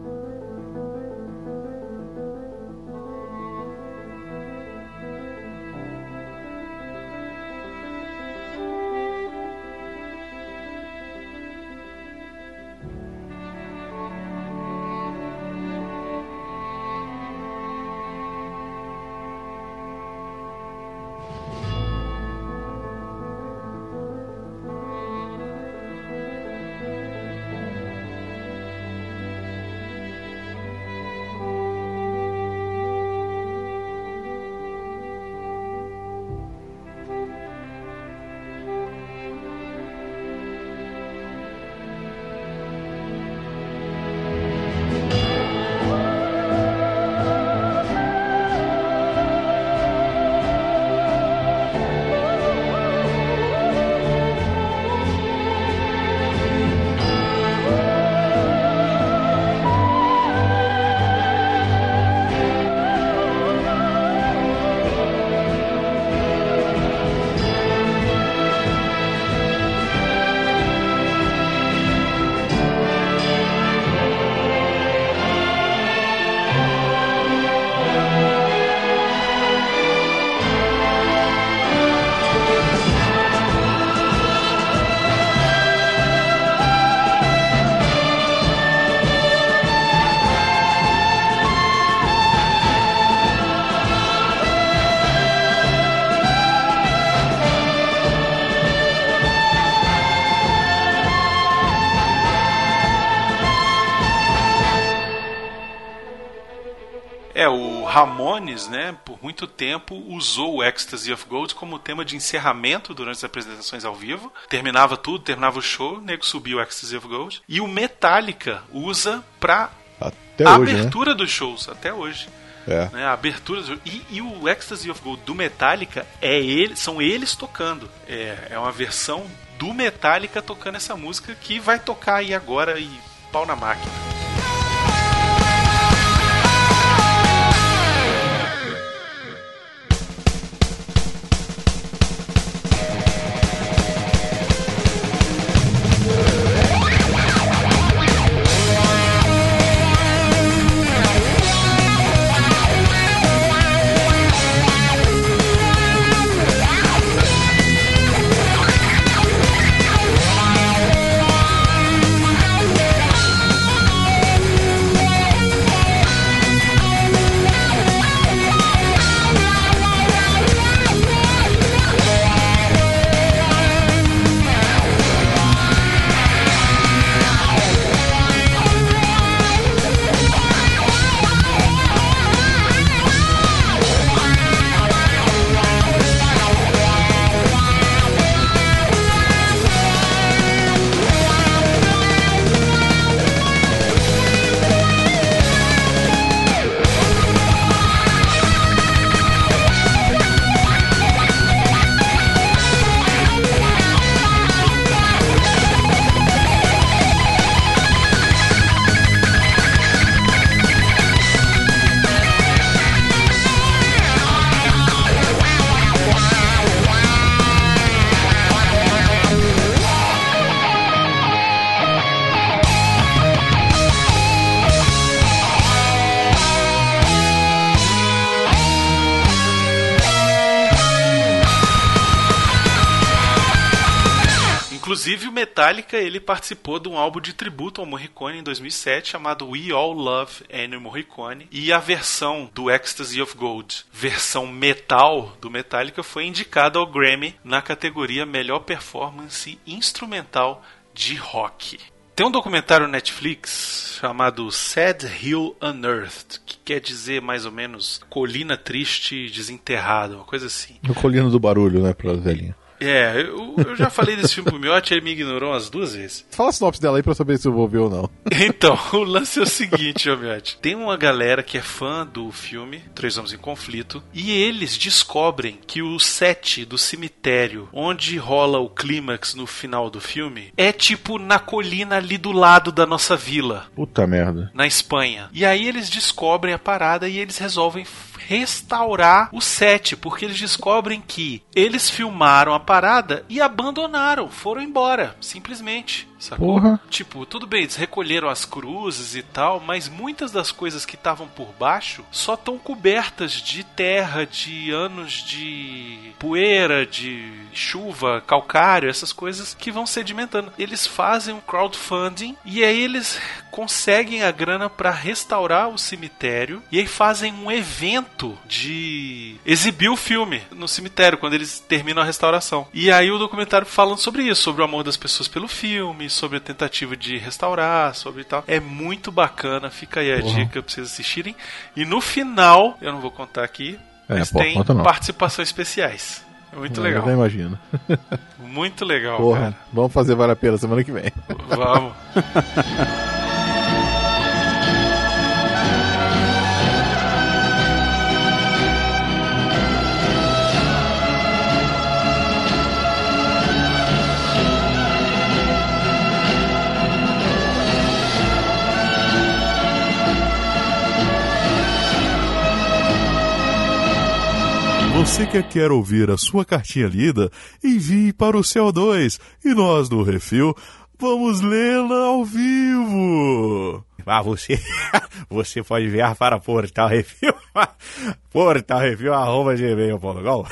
É, o Ramones, né, por muito tempo usou o Ecstasy of Gold como tema de encerramento durante as apresentações ao vivo. Terminava tudo, terminava o show, o nego subia o Ecstasy of Gold. E o Metallica usa pra até a hoje, abertura né? dos shows, até hoje. É. Né, a abertura do... e, e o Ecstasy of Gold do Metallica é ele, são eles tocando. É, é uma versão do Metallica tocando essa música que vai tocar aí agora e pau na máquina. Inclusive o Metallica, ele participou de um álbum de tributo ao Morricone em dois mil e sete chamado We All Love Ennio Morricone, e a versão do Ecstasy of Gold, versão metal do Metallica, foi indicada ao Grammy na categoria Melhor Performance Instrumental de Rock. Tem um documentário Netflix chamado Sad Hill Unearthed, que quer dizer mais ou menos Colina Triste Desenterrada, uma coisa assim. No Colina do Barulho, né, pra velhinha. É, eu, eu já falei desse filme pro Miotti, ele me ignorou umas duas vezes. Fala a sinopse dela aí pra eu saber se eu vou ver ou não. Então, o lance é o seguinte, ô Miotti. Tem uma galera que é fã do filme Três Homens em Conflito, e eles descobrem que o set do cemitério onde rola o clímax no final do filme é tipo na colina ali do lado da nossa vila. Puta merda. Na Espanha. E aí eles descobrem a parada e eles resolvem restaurar o set, porque eles descobrem que eles filmaram a parada e abandonaram, foram embora, simplesmente. Sacou? Porra. Tipo, tudo bem, eles recolheram as cruzes e tal, mas muitas das coisas que estavam por baixo só estão cobertas de terra, de anos de poeira, de chuva, calcário, essas coisas que vão sedimentando. Eles fazem um crowdfunding e aí eles conseguem a grana para restaurar o cemitério e aí fazem um evento de exibir o filme no cemitério quando eles terminam a restauração. E aí o documentário falando sobre isso, sobre o amor das pessoas pelo filme, sobre a tentativa de restaurar, sobre tal. É muito bacana, fica aí a Porra. dica pra vocês assistirem. E no final, eu não vou contar aqui, É, mas pô, tem conta não. participações especiais. É muito Eu legal. já imagino. Muito legal, Porra, cara. vamos fazer Vale a Pena semana que vem. Vamos. Você que quer ouvir a sua cartinha lida, envie para o C O dois e nós do Refil vamos lê-la ao vivo. Ah, você, você pode enviar para Portal Refil, portal refil arroba gmail ponto com.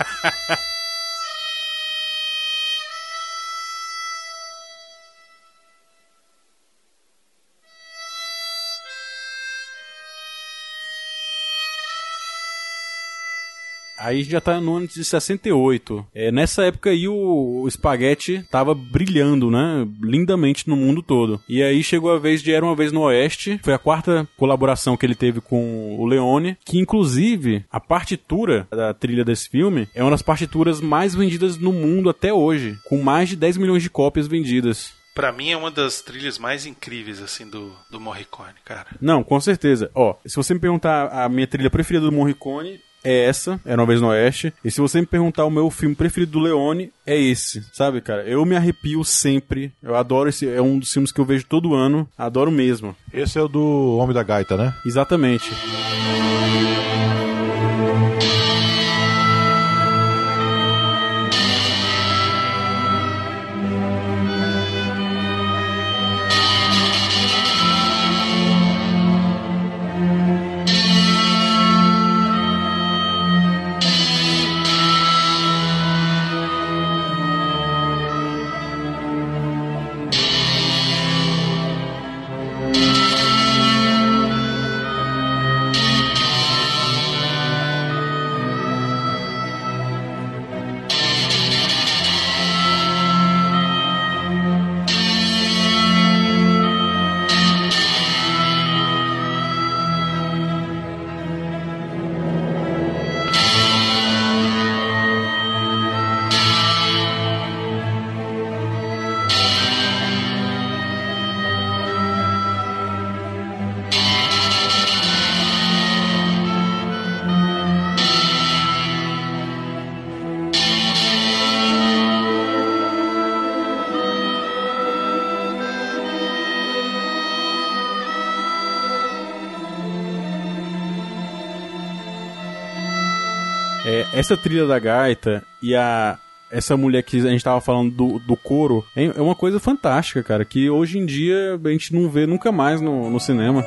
Aí já tá no ano de sessenta e oito. É, nessa época aí o, o espaguete tava brilhando, né? Lindamente no mundo todo. E aí chegou a vez de Era Uma Vez no Oeste. Foi a quarta colaboração que ele teve com o Leone. Que inclusive a partitura da trilha desse filme é uma das partituras mais vendidas no mundo até hoje. Com mais de dez milhões de cópias vendidas. Pra mim é uma das trilhas mais incríveis, assim, do, do Morricone, cara. Não, com certeza. Ó, se você me perguntar a minha trilha preferida do Morricone, é essa, Era Uma Vez no Oeste. E se você me perguntar o meu filme preferido do Leone, é esse, sabe, cara? Eu me arrepio sempre. Eu adoro esse, é um dos filmes que eu vejo todo ano. Adoro mesmo. Esse é o do Homem da Gaita, né? Exatamente. É, essa trilha da gaita e a essa mulher que a gente tava falando do, do coro é, é uma coisa fantástica, cara, que hoje em dia a gente não vê nunca mais no, no cinema.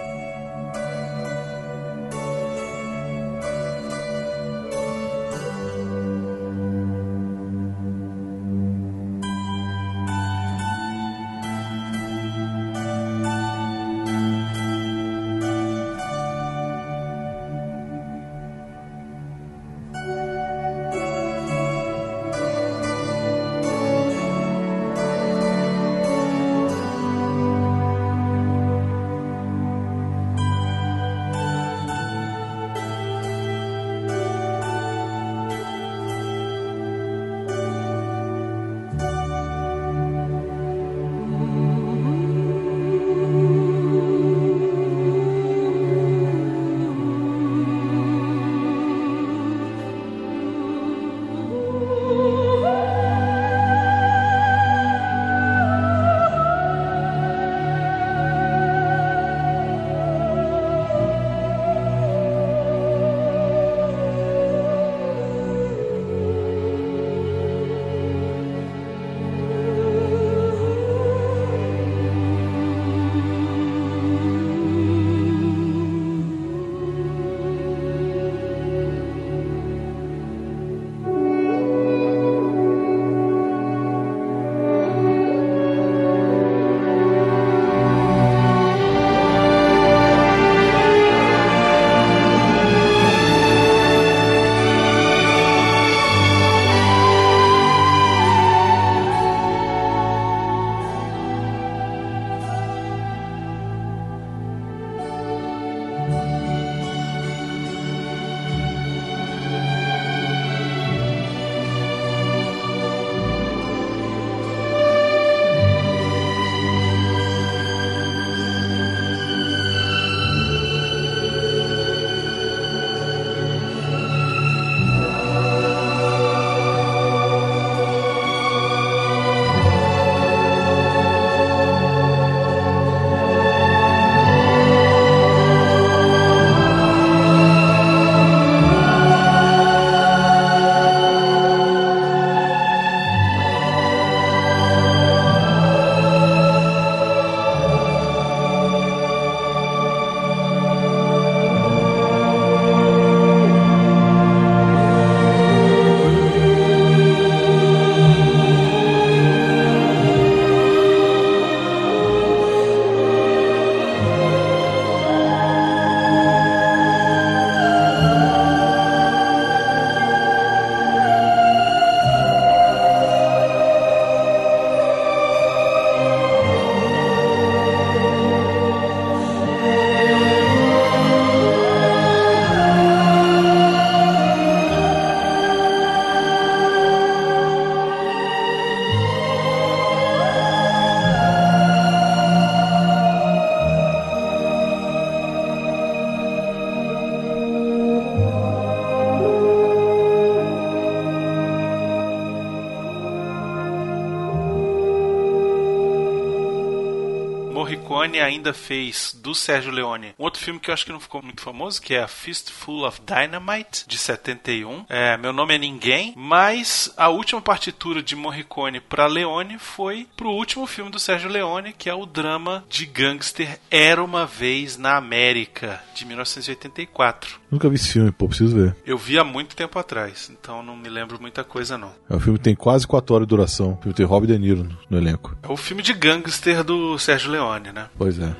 Morricone ainda fez do Sérgio Leone um outro filme que eu acho que não ficou muito famoso, que é A Fistful of Dynamite, de setenta e um. É, Meu Nome é Ninguém, mas a última partitura de Morricone para Leone foi pro último filme do Sérgio Leone, que é o drama de gangster Era Uma Vez na América, de mil novecentos e oitenta e quatro. Nunca vi esse filme, pô, preciso ver. Eu vi há muito tempo atrás, então não me lembro muita coisa não. É um filme que tem quase quatro horas de duração. O filme tem Robert De Niro no, no elenco. É o filme de gangster do Sérgio Leone, né? Pois é.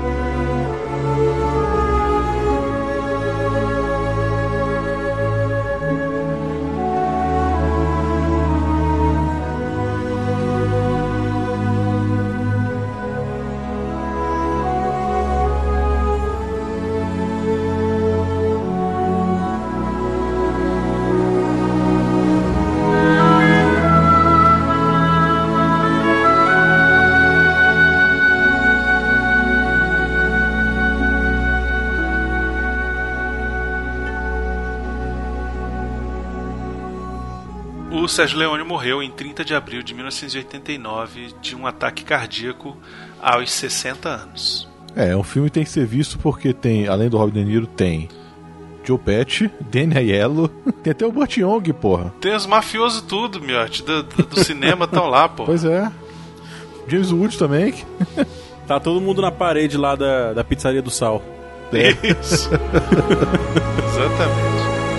O Sérgio Leone morreu em trinta de abril de mil novecentos e oitenta e nove de um ataque cardíaco aos sessenta anos. É, é um filme que tem que ser visto porque tem, além do Robert De Niro, tem Joe Pesci, Danny Aiello, tem até o Burt Young, porra. Tem os mafiosos tudo, miote, do, do, do cinema estão lá, porra. Pois é. James Woods também. Tá todo mundo na parede lá da, da Pizzaria do Sal. É. Isso. Exatamente.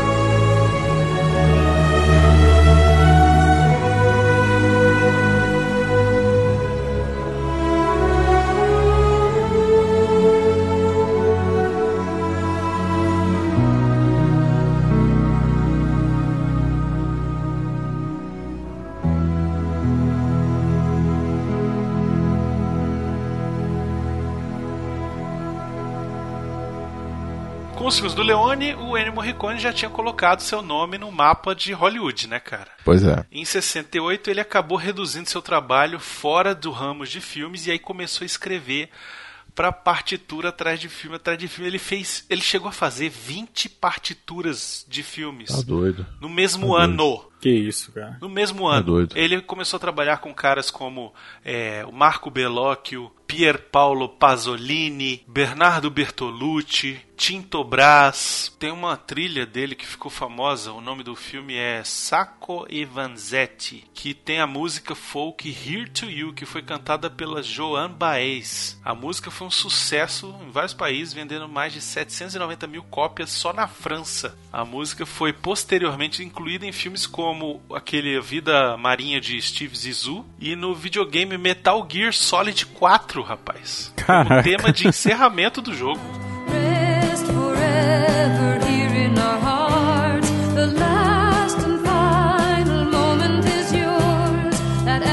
Com os filmes do Leone, o Ennio Morricone já tinha colocado seu nome no mapa de Hollywood, né, cara? Pois é. Em sessenta e oito, ele acabou reduzindo seu trabalho fora do ramo de filmes e aí começou a escrever para partitura atrás de filme, atrás de filme. Ele fez, ele chegou a fazer vinte partituras de filmes. Tá doido. No mesmo Tá ano. doido. Que isso, cara. No mesmo ano. Tá doido. Ele começou a trabalhar com caras como é, o Marco Bellocchio, Pier Paolo Pasolini, Bernardo Bertolucci, Tinto Brass. Tem uma trilha dele que ficou famosa, o nome do filme é Sacco e Vanzetti, que tem a música folk Here to You, que foi cantada pela Joan Baez. A música foi um sucesso em vários países, vendendo mais de setecentas e noventa mil cópias só na França. A música foi posteriormente incluída em filmes como aquele Vida Marinha de Steve Zissou e no videogame Metal Gear Solid quatro, rapaz. Caraca. Como tema de encerramento do jogo. Rest forever here in our hearts. The last and final moment is yours. That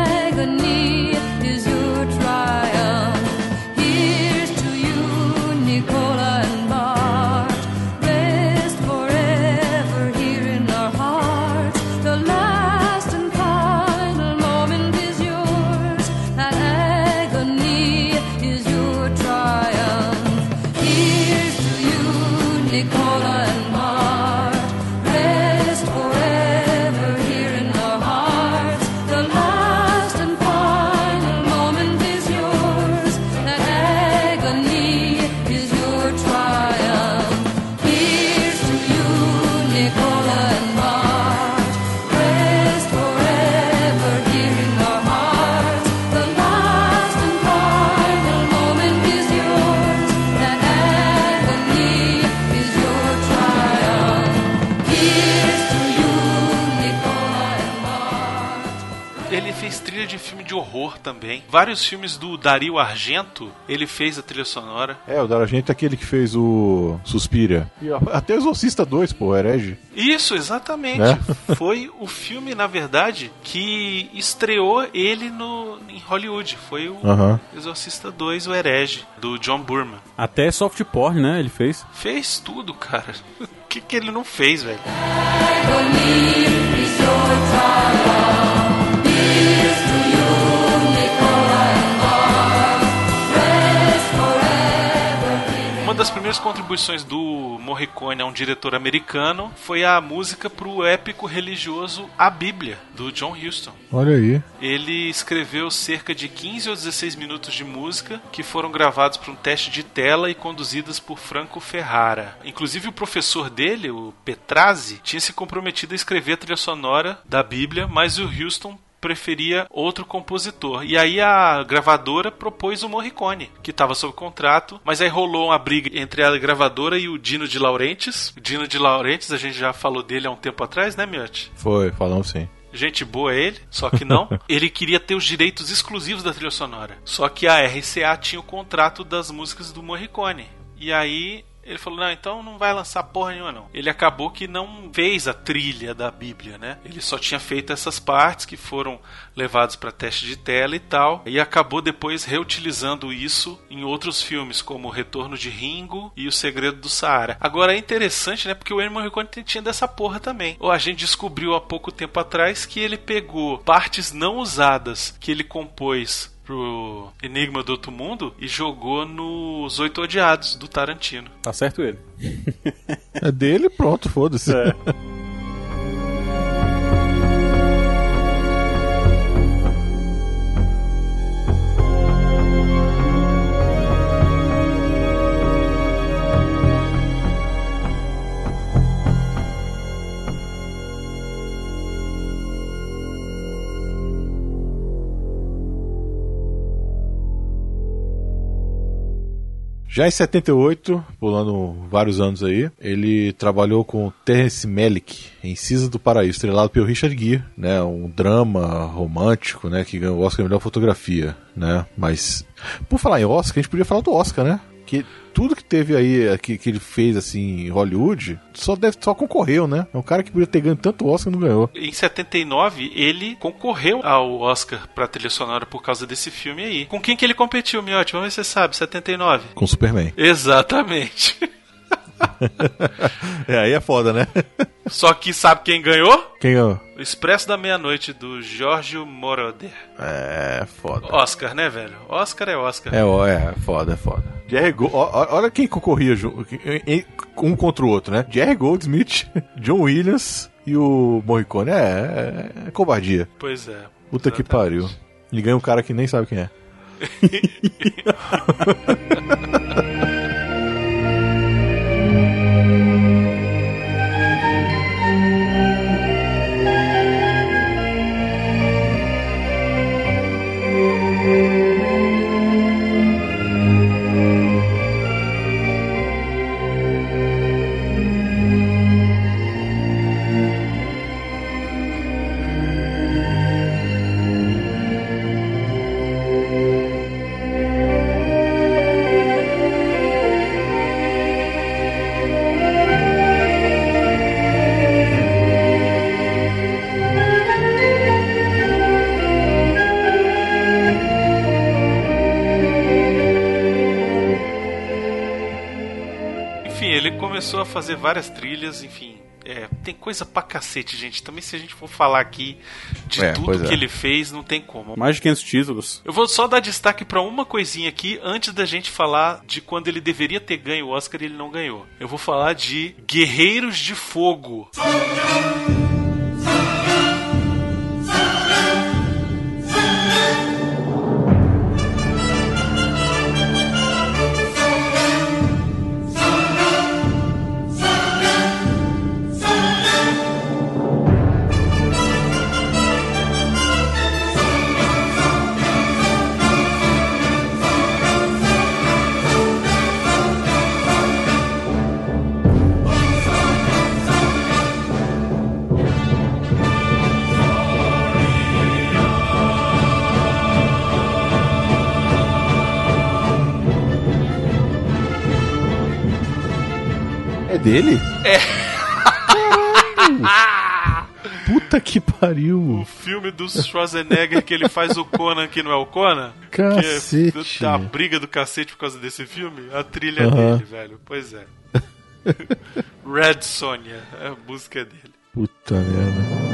agony is your triumph. Here's to you, Nicola and Bart. Rest forever here in our hearts. The last and final moment is yours. That agony is your triumph. Here's to you, Nicola and Bart. Rest forever here in our hearts. The last and final moment is yours. That agony is your triumph. Here's to you, Nicola and Bart. Rest forever here in our hearts. The last and final moment is yours. That agony is your triumph. Here's to you, Nicola and Bart. Ele fez trilha de filme de horror também. Vários filmes do Dario Argento, ele fez a trilha sonora. É, o Dario Argento é aquele que fez o Suspiria. E até o Exorcista dois, pô, Herege. Isso, exatamente. É? Foi o filme, na verdade, que estreou ele no, em Hollywood. Foi o Aham. Exorcista dois, o Herege, do John Burman. Até soft porn, né? Ele fez. Fez tudo, cara. O que, que ele não fez, velho? Agony is your triumph. Here's to you, Nicola and Bart. Rest forever here in Uma das primeiras primeiras contribuições do Morricone a um diretor americano foi a música pro épico religioso A Bíblia, do John Huston. Olha aí. Ele escreveu cerca de quinze ou dezesseis minutos de música que foram gravados para um teste de tela e conduzidas por Franco Ferrara. Inclusive o professor dele, o Petrazzi, tinha se comprometido a escrever a trilha sonora da Bíblia, mas o Huston preferia outro compositor. E aí a gravadora propôs o Morricone, que estava sob contrato, mas aí rolou uma briga entre a gravadora e o Dino de Laurentiis. O Dino de Laurentiis, a gente já falou dele há um tempo atrás, né, Miotti? Foi, falamos sim. Gente boa ele, só que não. Ele queria ter os direitos exclusivos da trilha sonora. Só que a R C A tinha o contrato das músicas do Morricone. E aí ele falou, não, então não vai lançar porra nenhuma não. Ele acabou que não fez a trilha da Bíblia, né? Ele só tinha feito essas partes que foram levadas para teste de tela e tal. E acabou depois reutilizando isso em outros filmes, como O Retorno de Ringo e O Segredo do Saara. Agora é interessante, né? Porque o Ennio Morricone tinha dessa porra também. Ou a gente descobriu há pouco tempo atrás que ele pegou partes não usadas que ele compôs pro Enigma do Outro Mundo e jogou nos Oito Odiados do Tarantino. Tá certo ele. É dele, pronto, foda-se. É. Já em setenta e oito, pulando vários anos aí, ele trabalhou com Terence Malick em Cinza do Paraíso, estrelado pelo Richard Gere, né, um drama romântico, né, que ganhou o Oscar de melhor fotografia, né, mas por falar em Oscar, a gente podia falar do Oscar, né, que tudo que teve aí, que, que ele fez assim em Hollywood, só, deve, só concorreu, né? É um cara que podia ter ganho tanto Oscar e não ganhou. Em setenta e nove, ele concorreu ao Oscar pra trilha sonora por causa desse filme aí. Com quem que ele competiu, Miotti? Vamos ver se você sabe, setenta e nove. Com Superman. Exatamente. É, aí é foda, né? Só que sabe quem ganhou? Quem ganhou? O Expresso da Meia-Noite, do Giorgio Moroder. É, foda. Oscar, né, velho? Oscar é Oscar. É, é foda, é foda. Jerry Gold, olha quem concorria um contra o outro, né? Jerry Goldsmith, John Williams e o Morricone. É, é, é covardia. Pois é. Puta exatamente. Que pariu. E ganha um cara que nem sabe quem é. Começou a fazer várias trilhas, enfim, é, tem coisa pra cacete, gente. Também se a gente for falar aqui de é, tudo que é. ele fez, não tem como. Mais de quinhentos títulos. Eu vou só dar destaque pra uma coisinha aqui, antes da gente falar de quando ele deveria ter ganho o Oscar e ele não ganhou. Eu vou falar de Guerreiros de Fogo. Dele? É. Puta que pariu. O filme do Schwarzenegger que ele faz o Conan que não é o Conan. Cacete. Que é a briga do cacete por causa desse filme. A trilha uh-huh. dele, velho. Pois é. Red Sonja. A música dele. Puta merda.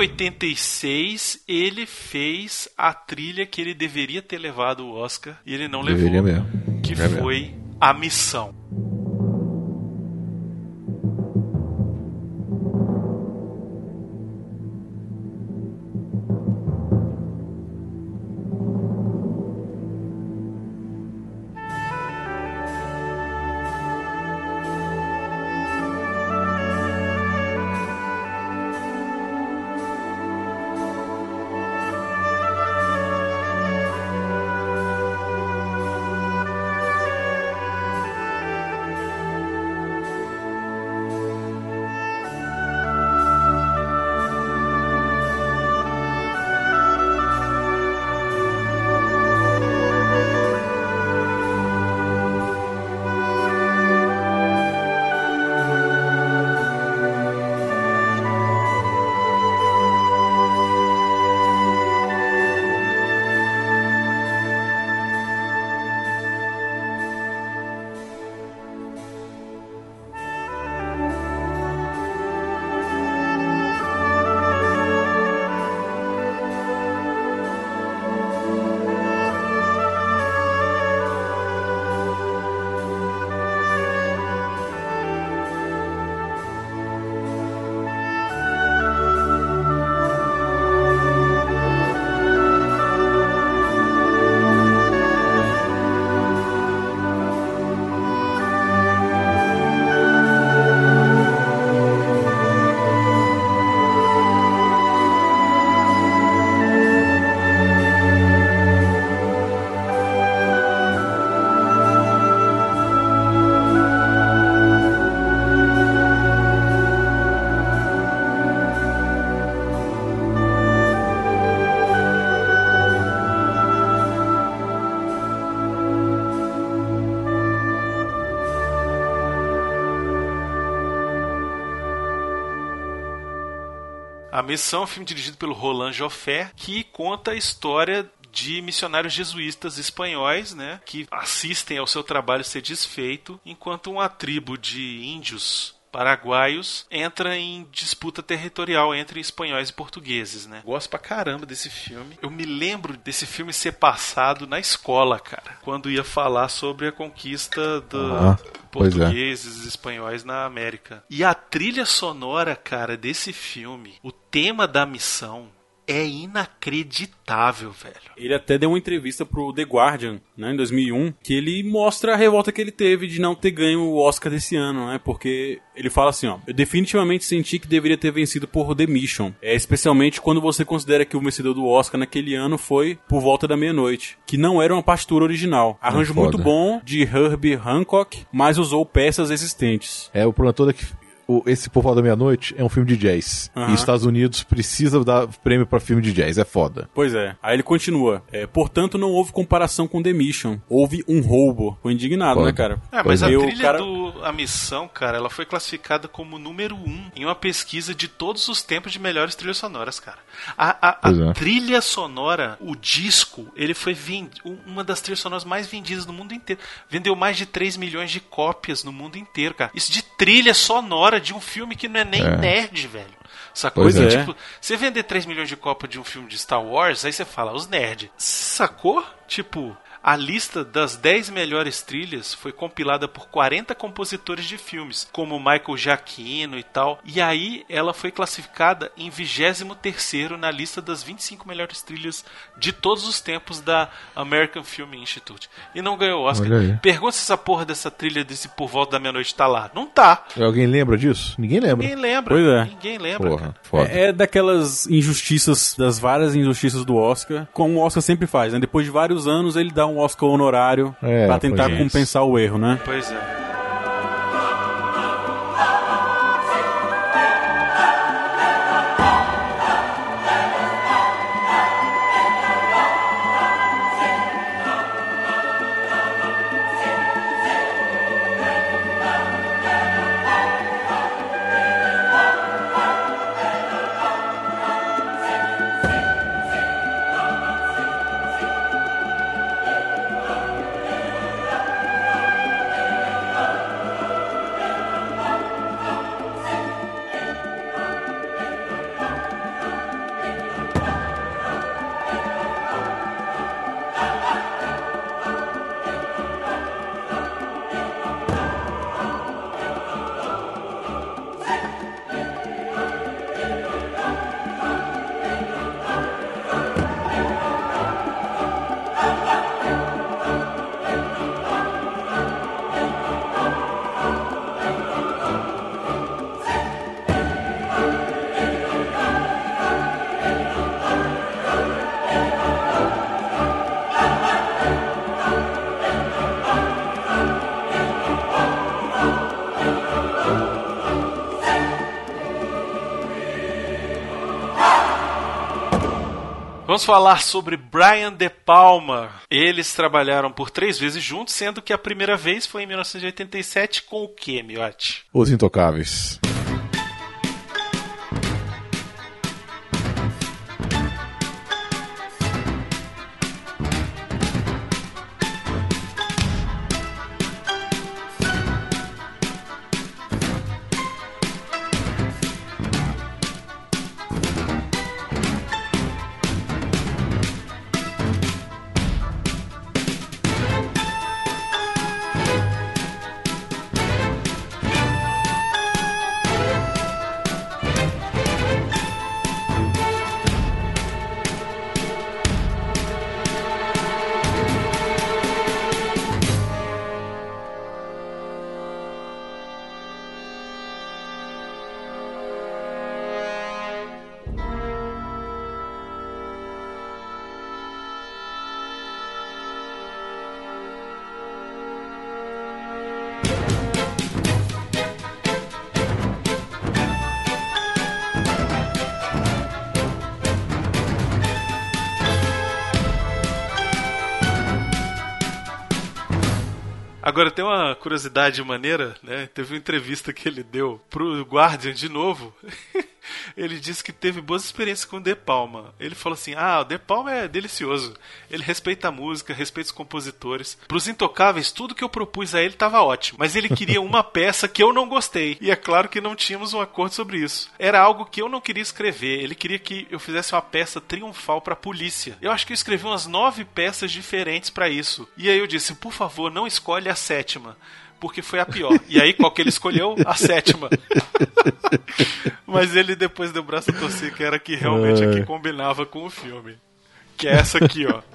oitenta e seis, ele fez a trilha que ele deveria ter levado o Oscar e ele não Deveria levou. mesmo. Que É foi mesmo. A Missão. A Missão é um filme dirigido pelo Roland Joffé, que conta a história de missionários jesuítas espanhóis, né, que assistem ao seu trabalho ser desfeito, enquanto uma tribo de índios paraguaios entra em disputa territorial entre espanhóis e portugueses, né? Gosto pra caramba desse filme. Eu me lembro desse filme ser passado na escola, cara, quando ia falar sobre a conquista do Ah, portugueses e espanhóis na América. E a trilha sonora, cara, desse filme, o tema da missão, é inacreditável, velho. Ele até deu uma entrevista pro The Guardian, né, em dois mil e um, que ele mostra a revolta que ele teve de não ter ganho o Oscar desse ano, né, porque ele fala assim, ó, eu definitivamente senti que deveria ter vencido por The Mission, é, especialmente quando você considera que o vencedor do Oscar naquele ano foi Por Volta da Meia-Noite, que não era uma partitura original. Arranjo é muito bom de Herbie Hancock, mas usou peças existentes. É, o problema todo é que o, esse Por Volta da Meia-Noite é um filme de jazz. Uhum. E os Estados Unidos precisa dar prêmio pra filme de jazz. É foda. Pois é. Aí ele continua. É, portanto, não houve comparação com The Mission. Houve um roubo. Foi indignado, Foda. né, cara? É, mas a Eu, trilha cara... do A Missão, cara, ela foi classificada como número um em uma pesquisa de todos os tempos de melhores trilhas sonoras, cara. A, a, a Pois é. trilha sonora, o disco, ele foi vendi- uma das trilhas sonoras mais vendidas no mundo inteiro. Vendeu mais de três milhões de cópias no mundo inteiro, cara. Isso de trilha sonora de um filme que não é nem É. nerd, velho. Sacou? Pois Então, é. tipo, você vender três milhões de cópias de um filme de Star Wars, aí você fala, os nerds. Sacou? Tipo, a lista das dez melhores trilhas foi compilada por quarenta compositores de filmes, como Michael Giacchino e tal. E aí ela foi classificada em vigésimo terceiro na lista das vinte e cinco melhores trilhas de todos os tempos da American Film Institute. E não ganhou o Oscar. Olha aí. Pergunta se essa porra dessa trilha desse Por Volta da Meia-Noite tá lá. Não tá. Alguém lembra disso? Ninguém lembra. Ninguém lembra. Pois é. Ninguém lembra. Porra, cara. foda. É, é daquelas injustiças, das várias injustiças do Oscar, como o Oscar sempre faz, né? Depois de vários anos, ele dá um Oscar honorário É, pra tentar pois é. compensar o erro, né? Pois é. Vamos falar sobre Brian De Palma. Eles trabalharam por três vezes juntos, sendo que a primeira vez foi em mil novecentos e oitenta e sete com o quê, Miotti? Os Intocáveis. Agora, tem uma curiosidade maneira, né? Teve uma entrevista que ele deu pro Guardian de novo. Ele disse que teve boas experiências com o De Palma. Ele falou assim, ah, o De Palma é delicioso. Ele respeita a música, respeita os compositores. Pros Intocáveis, tudo que eu propus a ele estava ótimo. Mas ele queria uma peça que eu não gostei. E é claro que não tínhamos um acordo sobre isso. Era algo que eu não queria escrever. Ele queria que eu fizesse uma peça triunfal pra polícia. Eu acho que eu escrevi umas nove peças diferentes pra isso. E aí eu disse, por favor, não escolhe a sétima. Porque foi a pior. E aí, qual que ele escolheu? A sétima. Mas ele depois deu o braço a torcer, que era que realmente é. a que combinava com o filme. Que é essa aqui, ó.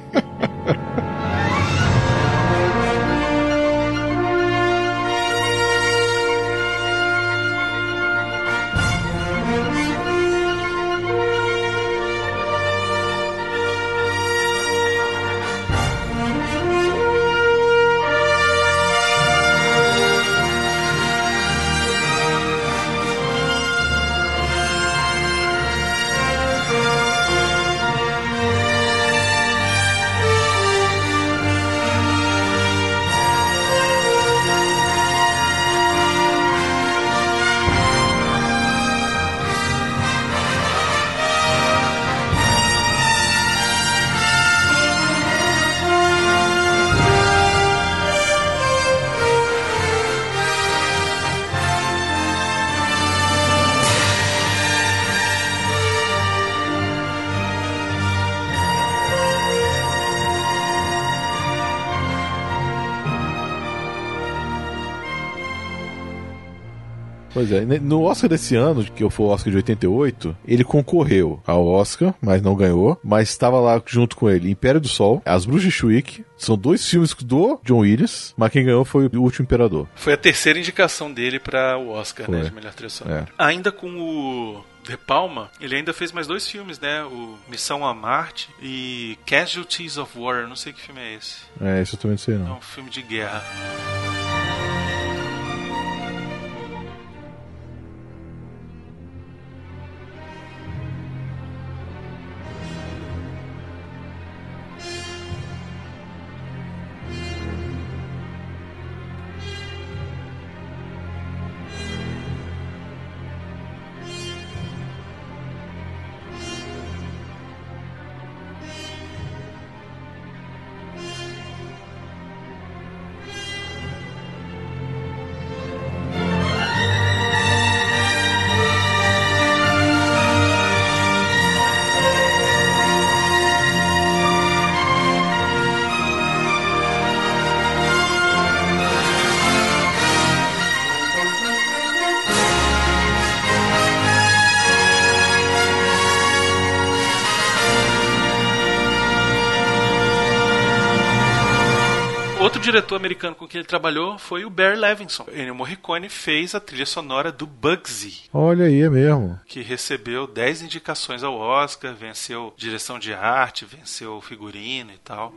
Pois é, no Oscar desse ano, que foi o Oscar de oitenta e oito, ele concorreu ao Oscar, mas não ganhou, mas estava lá junto com ele Império do Sol, As Bruxas de Eastwick, são dois filmes do John Williams, mas quem ganhou foi O Último Imperador. Foi a terceira indicação dele para o Oscar, foi. né, de melhor trilha sonora. É. Ainda com o De Palma, ele ainda fez mais dois filmes, né, o Missão a Marte e Casualties of War, não sei que filme é esse. É, isso eu também não sei não. É um filme de guerra. Outro diretor americano com quem ele trabalhou foi o Barry Levinson. Ennio Morricone fez a trilha sonora do Bugsy. Olha aí, é mesmo. Que recebeu dez indicações ao Oscar, venceu direção de arte, venceu figurino e tal.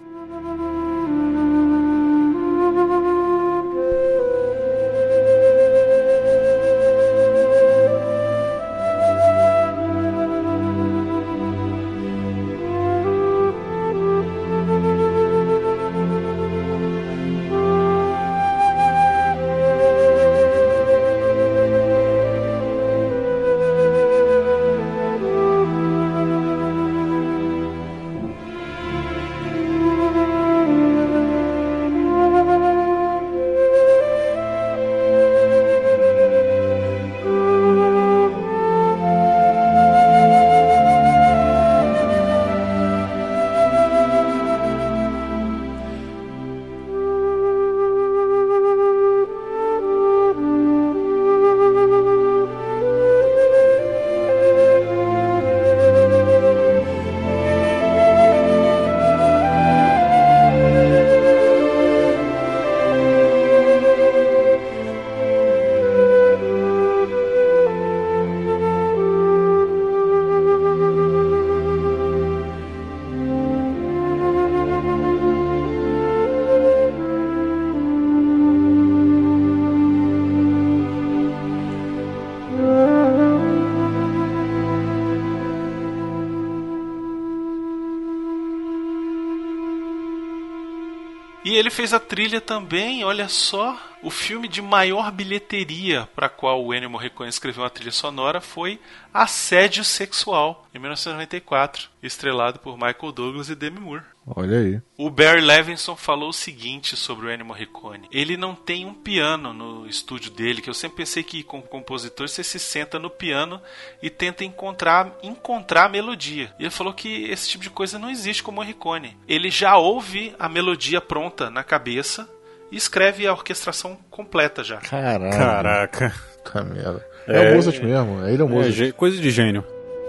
E ele fez a trilha também, olha só, o filme de maior bilheteria para qual o Ennio Morricone escreveu uma trilha sonora foi Assédio Sexual, em mil novecentos e noventa e quatro, estrelado por Michael Douglas e Demi Moore. Olha aí. O Barry Levinson falou o seguinte sobre o Ennio Morricone: ele não tem um piano no estúdio dele, que eu sempre pensei que como compositor você se senta no piano e tenta encontrar, encontrar a melodia. E ele falou que esse tipo de coisa não existe com o Morricone. Ele já ouve a melodia pronta na cabeça e escreve a orquestração completa já. Caraca. Caraca. Tá merda. É, é o Mozart mesmo, ele é o Mozart. É, coisa de gênio.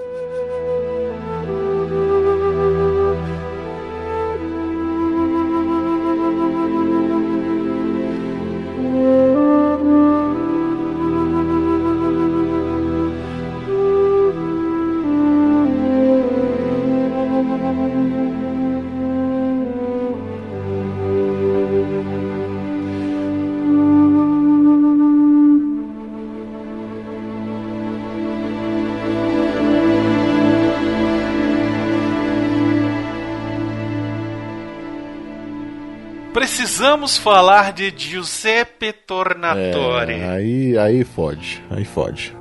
Precisamos falar de Giuseppe Tornatore. É, aí, aí fode, aí fode.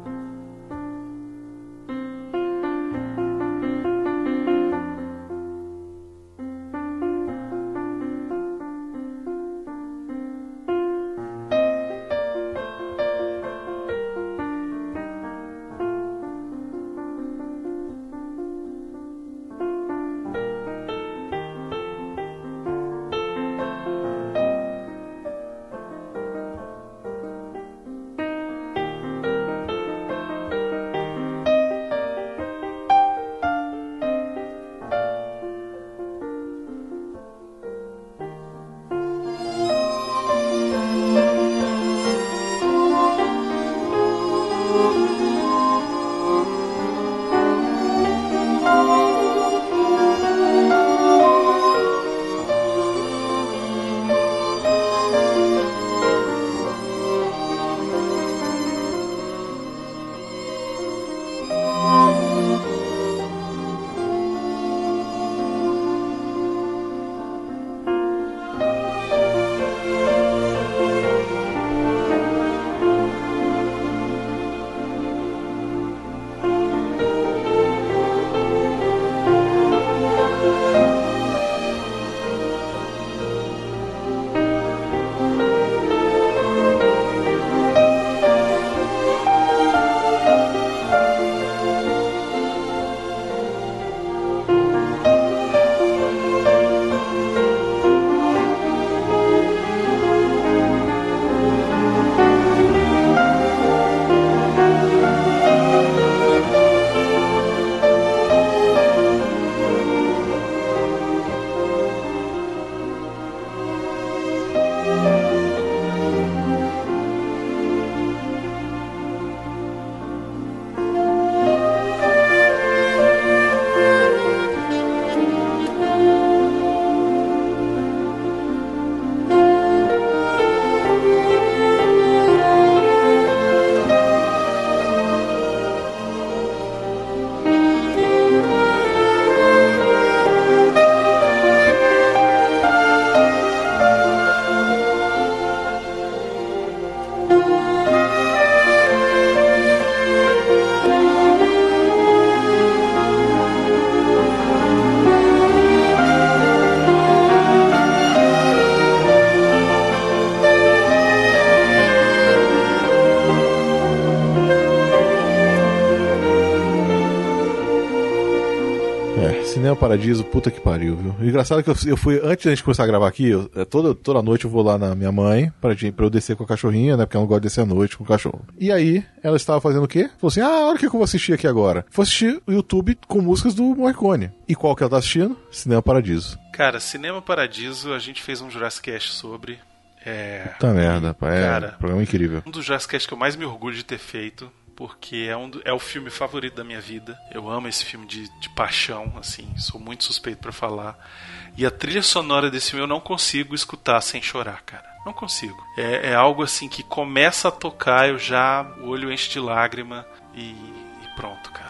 Cinema Paradiso, puta que pariu, viu? O engraçado é que eu, eu fui, antes da gente começar a gravar aqui, eu, toda, toda noite eu vou lá na minha mãe pra, pra eu descer com a cachorrinha, né? Porque eu não gosto de descer à noite com o cachorro. E aí, ela estava fazendo o quê? Falou assim, ah, olha o que eu vou assistir aqui agora. Vou assistir o YouTube com músicas do Morricone. E qual que ela tá assistindo? Cinema Paradiso. Cara, Cinema Paradiso, a gente fez um Jurassic Cast sobre... É... Puta merda, pá, é Cara, um programa incrível. Um dos Jurassic Cast que eu mais me orgulho de ter feito, porque é, um do, é o filme favorito da minha vida. Eu amo esse filme de, de paixão, assim, sou muito suspeito pra falar. E a trilha sonora desse filme eu não consigo escutar sem chorar, cara. Não consigo. É, é algo assim que começa a tocar, eu já, o olho enche de lágrima e, e pronto, cara.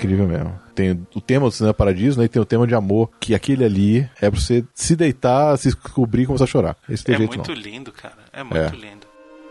incrível mesmo. Tem o tema do Cinema Paradiso, né? E tem o tema de amor, que aquele ali é pra você se deitar, se descobrir e começar a chorar. Esse tem é jeito, muito não. lindo, cara. É muito É. lindo.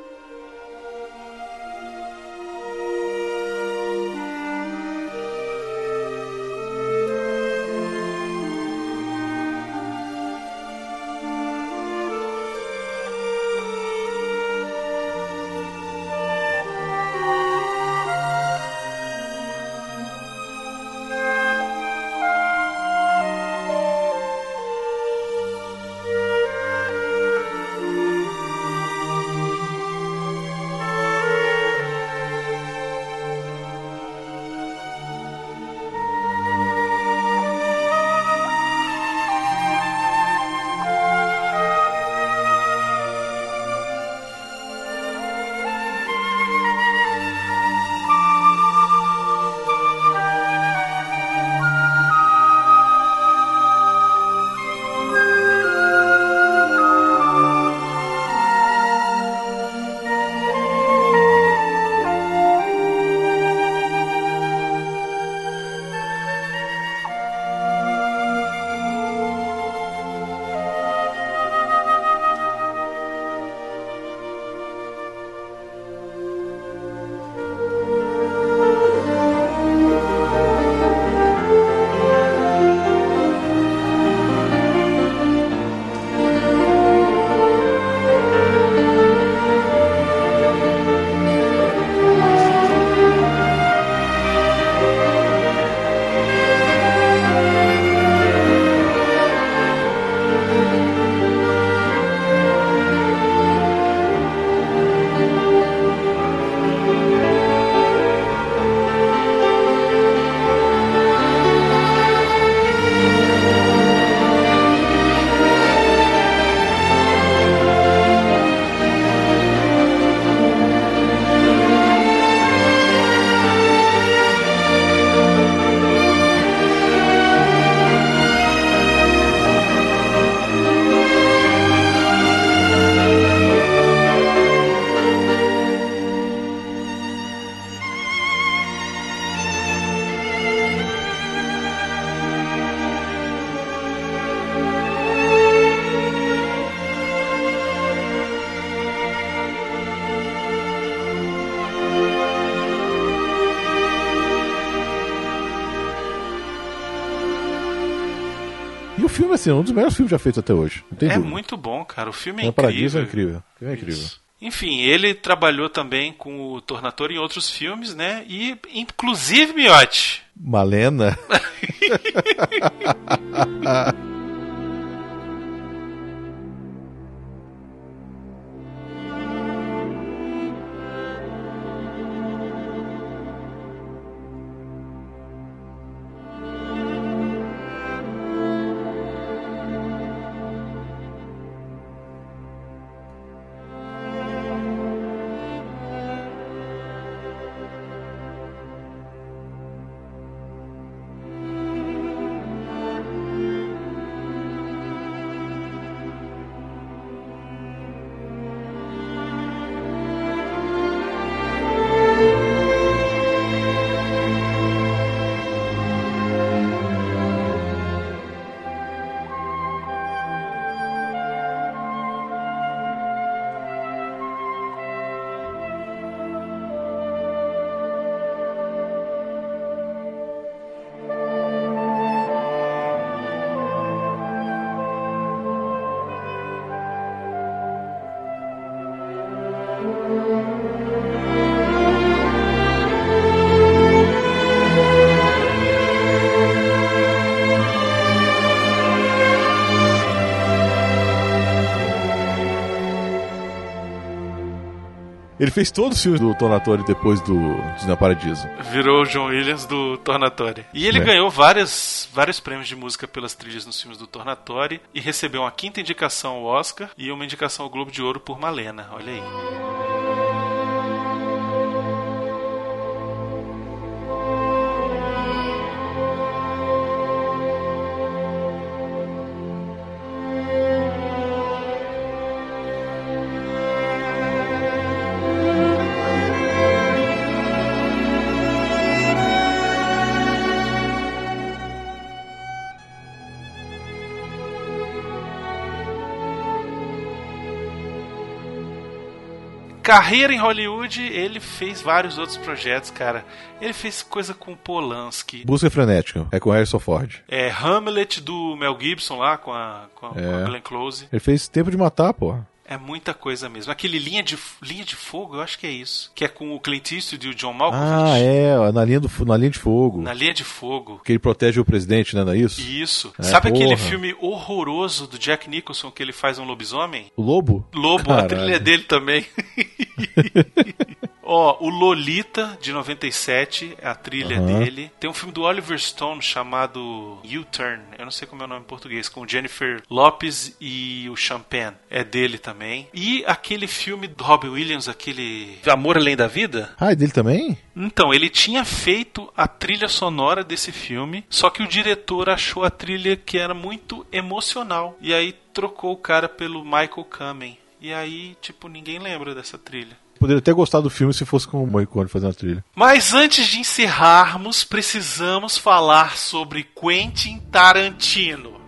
E o filme, assim, é um dos melhores filmes já feitos até hoje. Não tem É dúvida. muito bom, cara. O filme é Cinema incrível. Paradiso é incrível. O filme é incrível. Isso. Enfim, ele trabalhou também com o Tornatore em outros filmes, né? E, inclusive, Miotti. Malena. Ele fez todos os filmes do Tornatore depois do Cinema Paradiso. Virou o John Williams do Tornatore. E ele É. ganhou várias, vários prêmios de música pelas trilhas nos filmes do Tornatore e recebeu uma quinta indicação ao Oscar e uma indicação ao Globo de Ouro por Malena. Olha aí. carreira em Hollywood, ele fez vários outros projetos, cara. Ele fez coisa com Polanski. Busca Frenética, é com o Harrison Ford. É, Hamlet do Mel Gibson lá, com a, com a, É. com a Glenn Close. Ele fez Tempo de Matar, porra. É muita coisa mesmo. Aquele Linha de, Linha de Fogo, eu acho que é isso. Que é com o Clint Eastwood e o John Malkovich. Ah, é, na linha, do, na linha de fogo. Na Linha de Fogo. Que ele protege o presidente, né, não é isso? Isso. É, Sabe porra. aquele filme horroroso do Jack Nicholson que ele faz um lobisomem? O Lobo? Lobo, Caralho. a trilha dele também. Ó, o Lolita, de noventa e sete, é a trilha Uhum. dele. Tem um filme do Oliver Stone chamado U-Turn, eu não sei como é o nome em português, com Jennifer Lopez e o Champagne. É dele também. E aquele filme do Robin Williams, aquele Amor Além da Vida. Ah, é dele também? Então, ele tinha feito a trilha sonora desse filme, só que o diretor achou a trilha que era muito emocional. E aí trocou o cara pelo Michael Kamen. E aí, tipo, ninguém lembra dessa trilha. Poderia ter gostado do filme se fosse com o Morricone fazendo a trilha. Mas antes de encerrarmos, precisamos falar sobre Quentin Tarantino.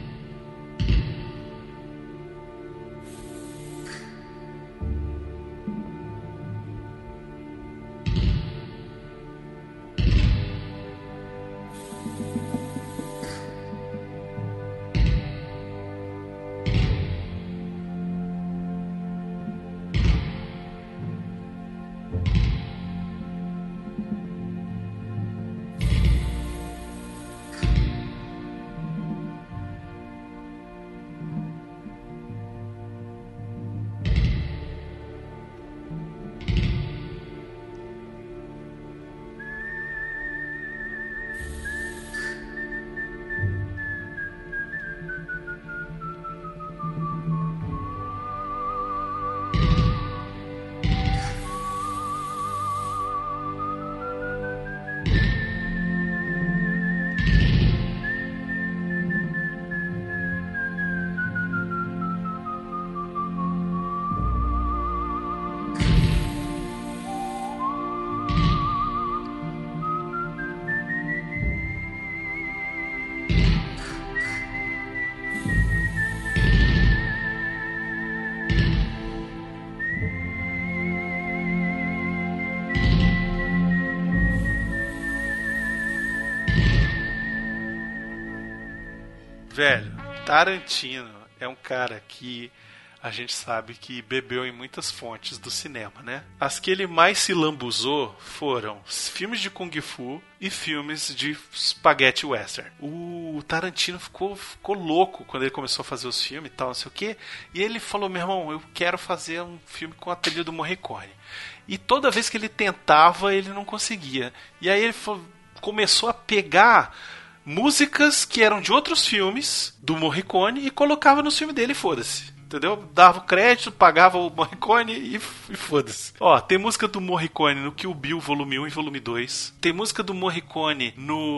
Velho, Tarantino é um cara que a gente sabe que bebeu em muitas fontes do cinema, né? As que ele mais se lambuzou foram filmes de Kung Fu e filmes de spaghetti western. O Tarantino ficou, ficou louco quando ele começou a fazer os filmes e tal, não sei o quê. E ele falou, meu irmão, eu quero fazer um filme com a trilha do Morricone. E toda vez que ele tentava, ele não conseguia. E aí ele falou, começou a pegar músicas que eram de outros filmes do Morricone e colocava no filme dele e foda-se. Entendeu? Dava o crédito, pagava o Morricone e, e foda-se. Ó, tem música do Morricone no Kill Bill volume um e volume dois. Tem música do Morricone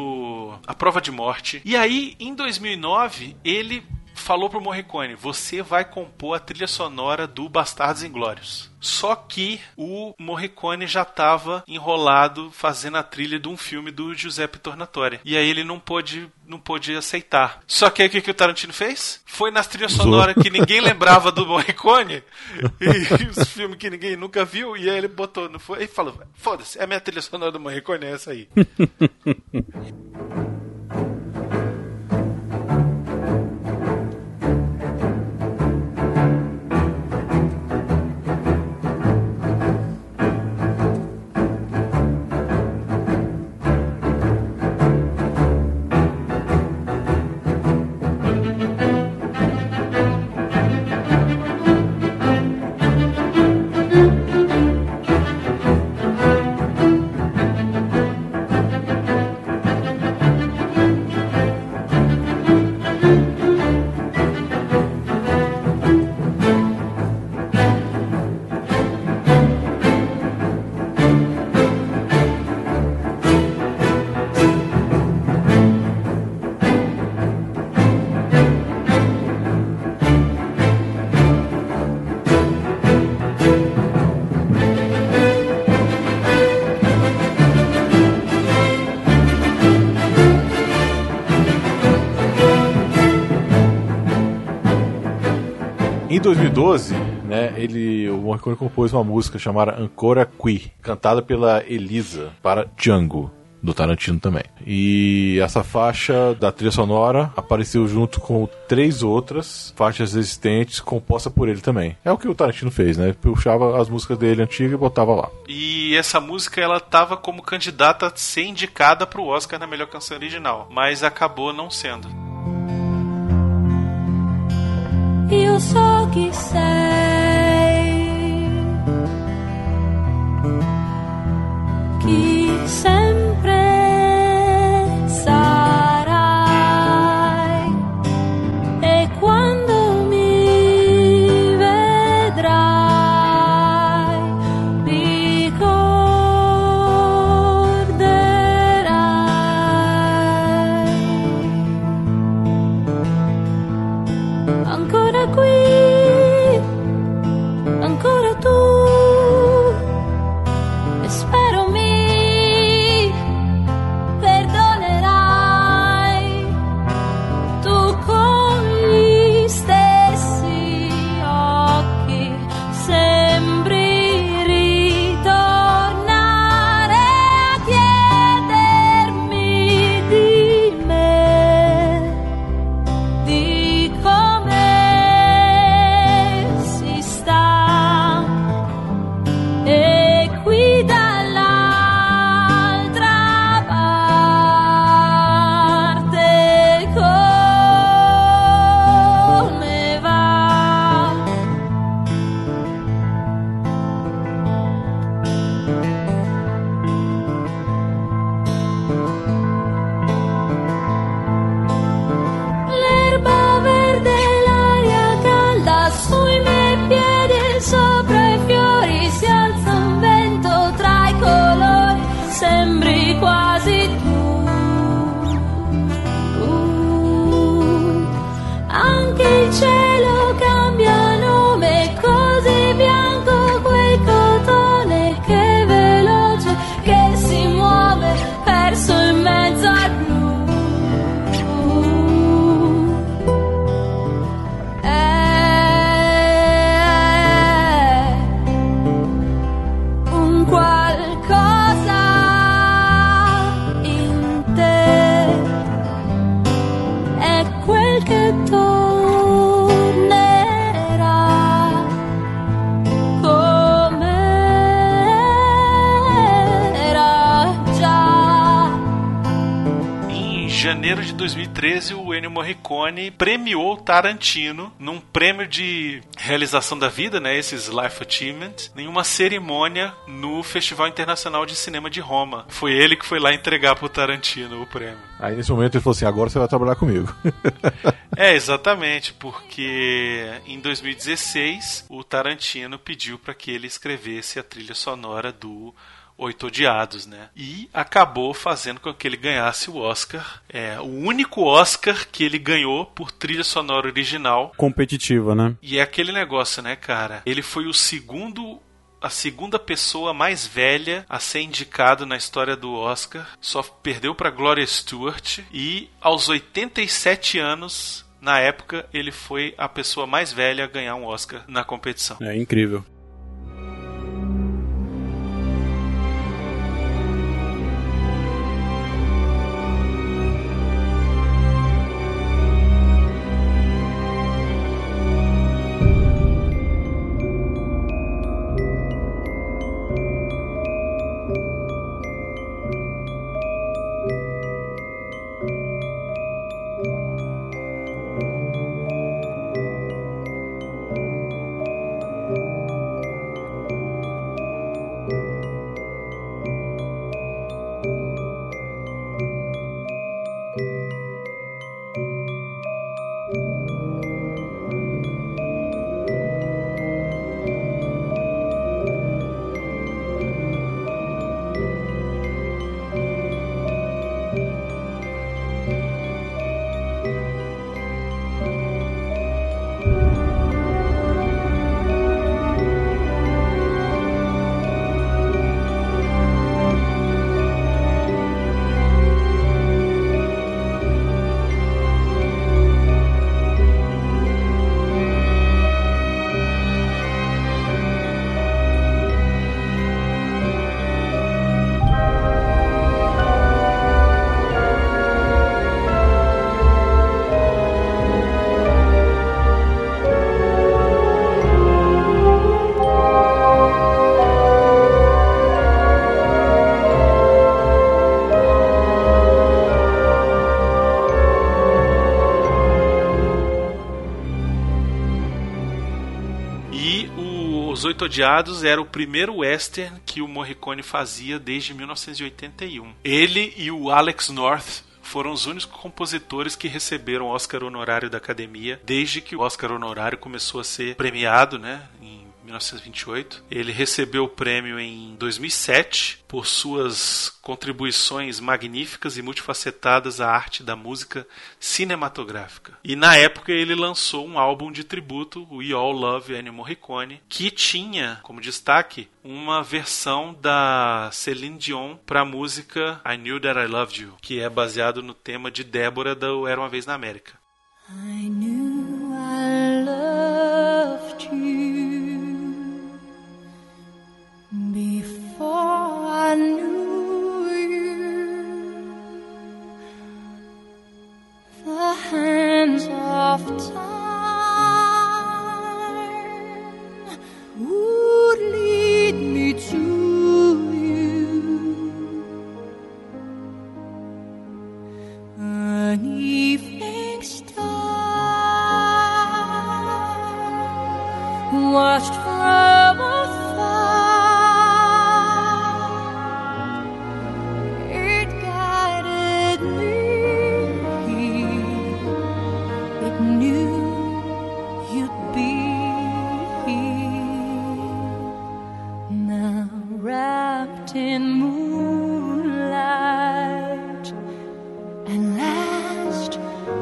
no A Prova de Morte. E aí, em dois mil e nove, ele falou pro Morricone, você vai compor a trilha sonora do Bastardos Inglórios. Só que o Morricone já estava enrolado fazendo a trilha de um filme do Giuseppe Tornatore. E aí ele não pôde, não pôde aceitar. Só que aí o que, que o Tarantino fez? Foi nas trilhas sonoras que ninguém lembrava do Morricone e os filmes que ninguém nunca viu. E aí ele botou no e falou, foda-se, é a minha trilha sonora do Morricone, é essa aí. Em dois mil e doze, né, ele, o Morricone compôs uma música chamada Ancora Qui, cantada pela Elisa para Django, do Tarantino também. E essa faixa da trilha sonora apareceu junto com três outras faixas existentes compostas por ele também. É o que o Tarantino fez, né? Puxava as músicas dele antigas e botava lá. E essa música, ela tava como candidata a ser indicada pro Oscar na melhor canção original, mas acabou não sendo. Io so chi sei, chi sempre sarai, e quando mi vedrai ricorderai. Ancora qui, ancora tu, e spero mi perdonerai. Tu con gli stessi occhi sembri ritornare a chiedermi di me, di come si sta, e qui dall'altra parte come va. L'erba verde, l'aria calda sui miei piedi e sopra i fiori si alza un vento tra i colori, sembri quasi tu. Uh, anche il cielo cambia nome, così bianco quel cotone che è veloce, che si muove perso in mezzo al blu. È un qualcosa in te, è quel che tornerà come era già. Em janeiro de dois mil e treze, o Ennio Morricone premiou Tarantino num prêmio de realização da vida, né, esses Life Achievement, em uma cerimônia no Festival Internacional de Cinema de Roma. Foi ele que foi lá entregar pro Tarantino o prêmio. Aí nesse momento ele falou assim, agora você vai trabalhar comigo. É, exatamente, porque em dois mil e dezesseis o Tarantino pediu para que ele escrevesse a trilha sonora do Oito Odiados, né? E acabou fazendo com que ele ganhasse o Oscar. É o único Oscar que ele ganhou por trilha sonora original. Competitiva, né? E é aquele negócio, né, cara? Ele foi o segundo... a segunda pessoa mais velha a ser indicado na história do Oscar. Só perdeu para Gloria Stewart. E aos oitenta e sete anos, na época, ele foi a pessoa mais velha a ganhar um Oscar na competição. É incrível. Os Oito Odiados era o primeiro western que o Morricone fazia desde mil novecentos e oitenta e um. Ele e o Alex North foram os únicos compositores que receberam o Oscar honorário da Academia desde que o Oscar honorário começou a ser premiado, né, em mil novecentos e vinte e oito. Ele recebeu o prêmio em dois mil e sete por suas contribuições magníficas e multifacetadas à arte da música cinematográfica. E na época ele lançou um álbum de tributo, o We All Love Ennio Morricone, que tinha como destaque uma versão da Celine Dion para a música I Knew That I Loved You, que é baseado no tema de Débora do Era Uma Vez na América. I knew I loved you before I knew you. The hands of time would lead me to you. An evening star watched from afar. It guided me. It knew you'd be here. Now wrapped in moonlight and last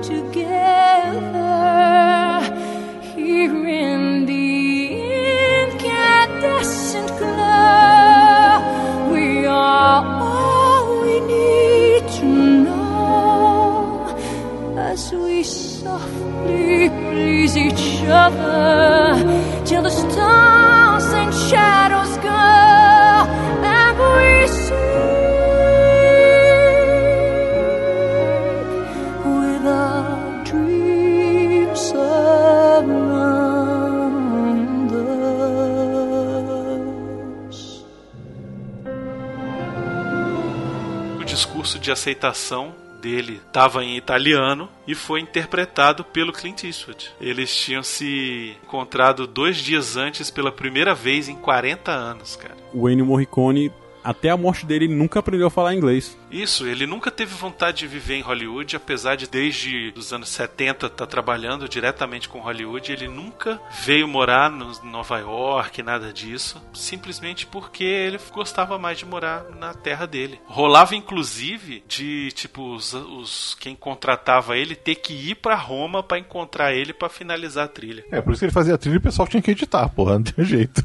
together here in the incandescent glow. We are all we need to know as we softly please each other till the stars and shadows go and we sleep with our dreams surround us. O discurso de aceitação dele estava em italiano e foi interpretado pelo Clint Eastwood. Eles tinham se encontrado dois dias antes pela primeira vez em quarenta anos, cara. O Ennio Morricone, até a morte dele, ele nunca aprendeu a falar inglês. Isso, ele nunca teve vontade de viver em Hollywood, apesar de desde os anos setenta estar tá trabalhando diretamente com Hollywood. Ele nunca veio morar no Nova York, nada disso, simplesmente porque ele gostava mais de morar na terra dele. Rolava inclusive de tipo os, os quem contratava ele ter que ir pra Roma pra encontrar ele pra finalizar a trilha. É, por isso que ele fazia a trilha e o pessoal tinha que editar, porra, não tem jeito.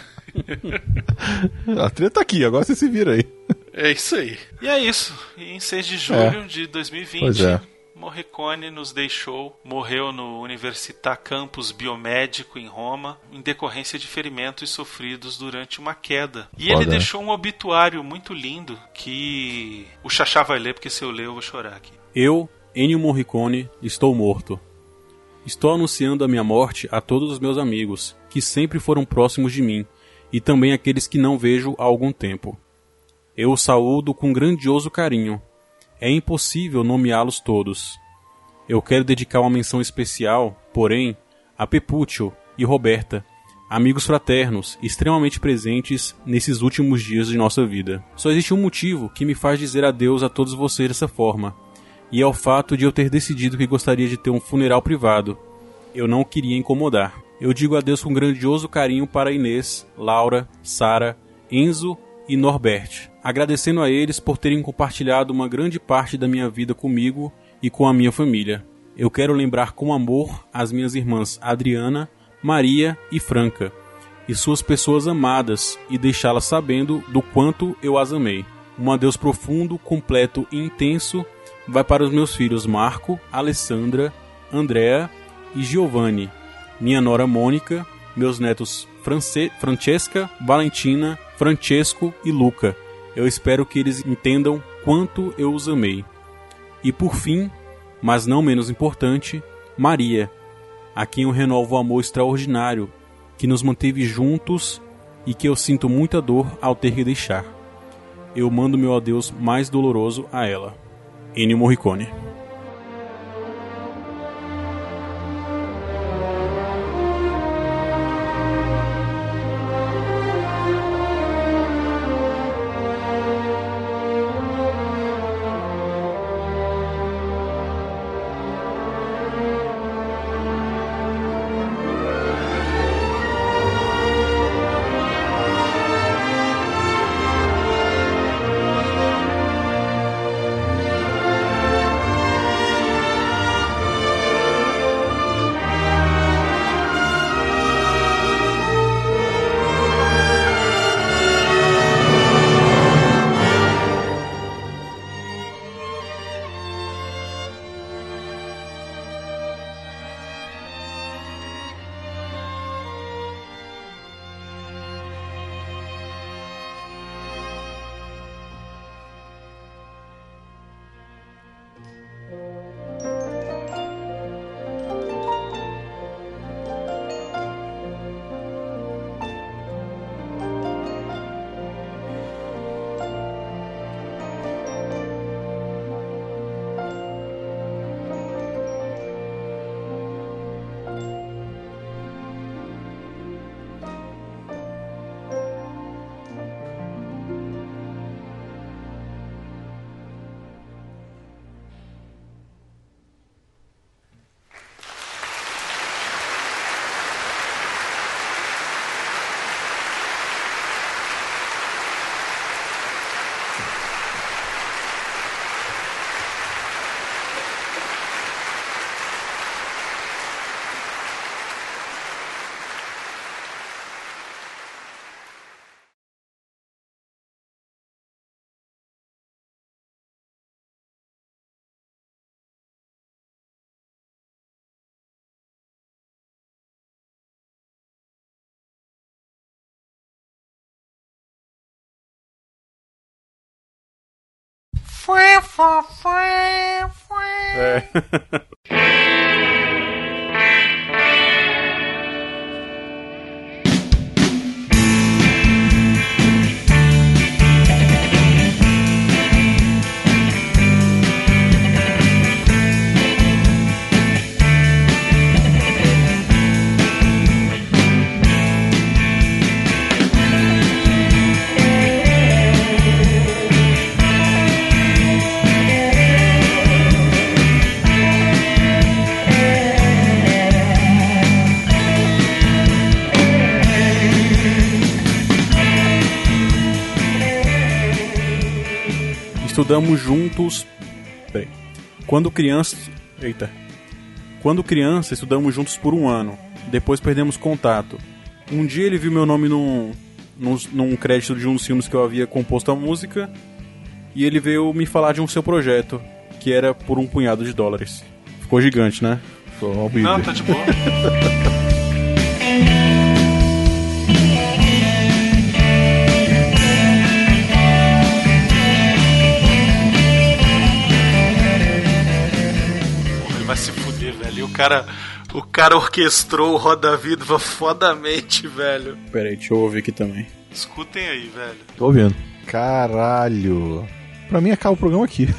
A trilha tá aqui, agora você se vira aí. É isso aí. E é isso. E em seis de julho é. de dois mil e vinte, é. Morricone nos deixou, morreu no Università Campus Biomédico em Roma, em decorrência de ferimentos sofridos durante uma queda. E Foda, ele né? deixou um obituário muito lindo que o Xaxá vai ler, porque se eu ler eu vou chorar aqui. Eu, Ennio Morricone, estou morto. Estou anunciando a minha morte a todos os meus amigos, que sempre foram próximos de mim, e também aqueles que não vejo há algum tempo. Eu os saúdo com grandioso carinho. É impossível nomeá-los todos. Eu quero dedicar uma menção especial, porém, a Pepúcio e Roberta, amigos fraternos extremamente presentes nesses últimos dias de nossa vida. Só existe um motivo que me faz dizer adeus a todos vocês dessa forma, e é o fato de eu ter decidido que gostaria de ter um funeral privado. Eu não queria incomodar. Eu digo adeus com grandioso carinho para Inês, Laura, Sara, Enzo e Norbert, agradecendo a eles por terem compartilhado uma grande parte da minha vida comigo e com a minha família. Eu quero lembrar com amor as minhas irmãs Adriana, Maria e Franca, e suas pessoas amadas, e deixá-las sabendo do quanto eu as amei. Um adeus profundo, completo e intenso vai para os meus filhos Marco, Alessandra, Andrea e Giovanni, minha nora Mônica, meus netos France- Francesca, Valentina, Francesco e Luca. Eu espero que eles entendam quanto eu os amei. E por fim, mas não menos importante, Maria, a quem eu renovo o amor extraordinário, que nos manteve juntos e que eu sinto muita dor ao ter que deixar. Eu mando meu adeus mais doloroso a ela. Ennio Morricone. É. Estudamos juntos. Peraí. Quando criança. Eita. Quando criança, estudamos juntos por um ano. Depois perdemos contato. Um dia ele viu meu nome num, num, num crédito de um dos filmes que eu havia composto a música. E ele veio me falar de um seu projeto, que era por um punhado de dólares. Ficou gigante, né? Ficou Não, tá de boa. Vai se fuder, velho. E o cara, o cara orquestrou o Roda Viva fodamente, velho. Pera aí, deixa eu ouvir aqui também. Escutem aí, velho. Tô ouvindo. Caralho. Pra mim acaba o programa aqui.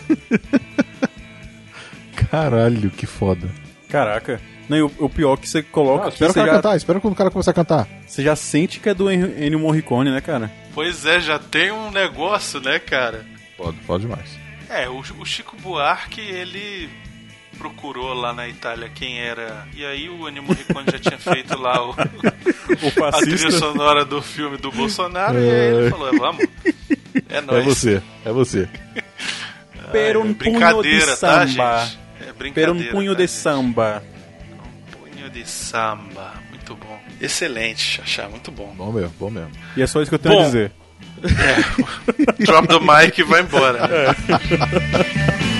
Caralho, que foda. Caraca. Não, e o, o pior que você coloca... Ah, espera o cara já, cantar, espera quando o cara começar a cantar. Você já sente que é do Ennio Morricone, né, cara? Pois é, já tem um negócio, né, cara? Pode, pode demais. É, o, o Chico Buarque, ele... procurou lá na Itália quem era. E aí o Ennio Morricone já tinha feito lá o, o fascista. A trilha sonora do filme do Bolsonaro. É... E aí ele falou: vamos, é nóis. É você, é você. Per um punho de samba. Tá, gente? É brincadeira. Per um punho tá, de gente? samba. Um punho de samba. Muito bom. Excelente, Xaxá, muito bom. Bom mesmo, bom mesmo. E é só isso que eu tenho bom, a dizer. É, drop the mic e vai embora. Né? É.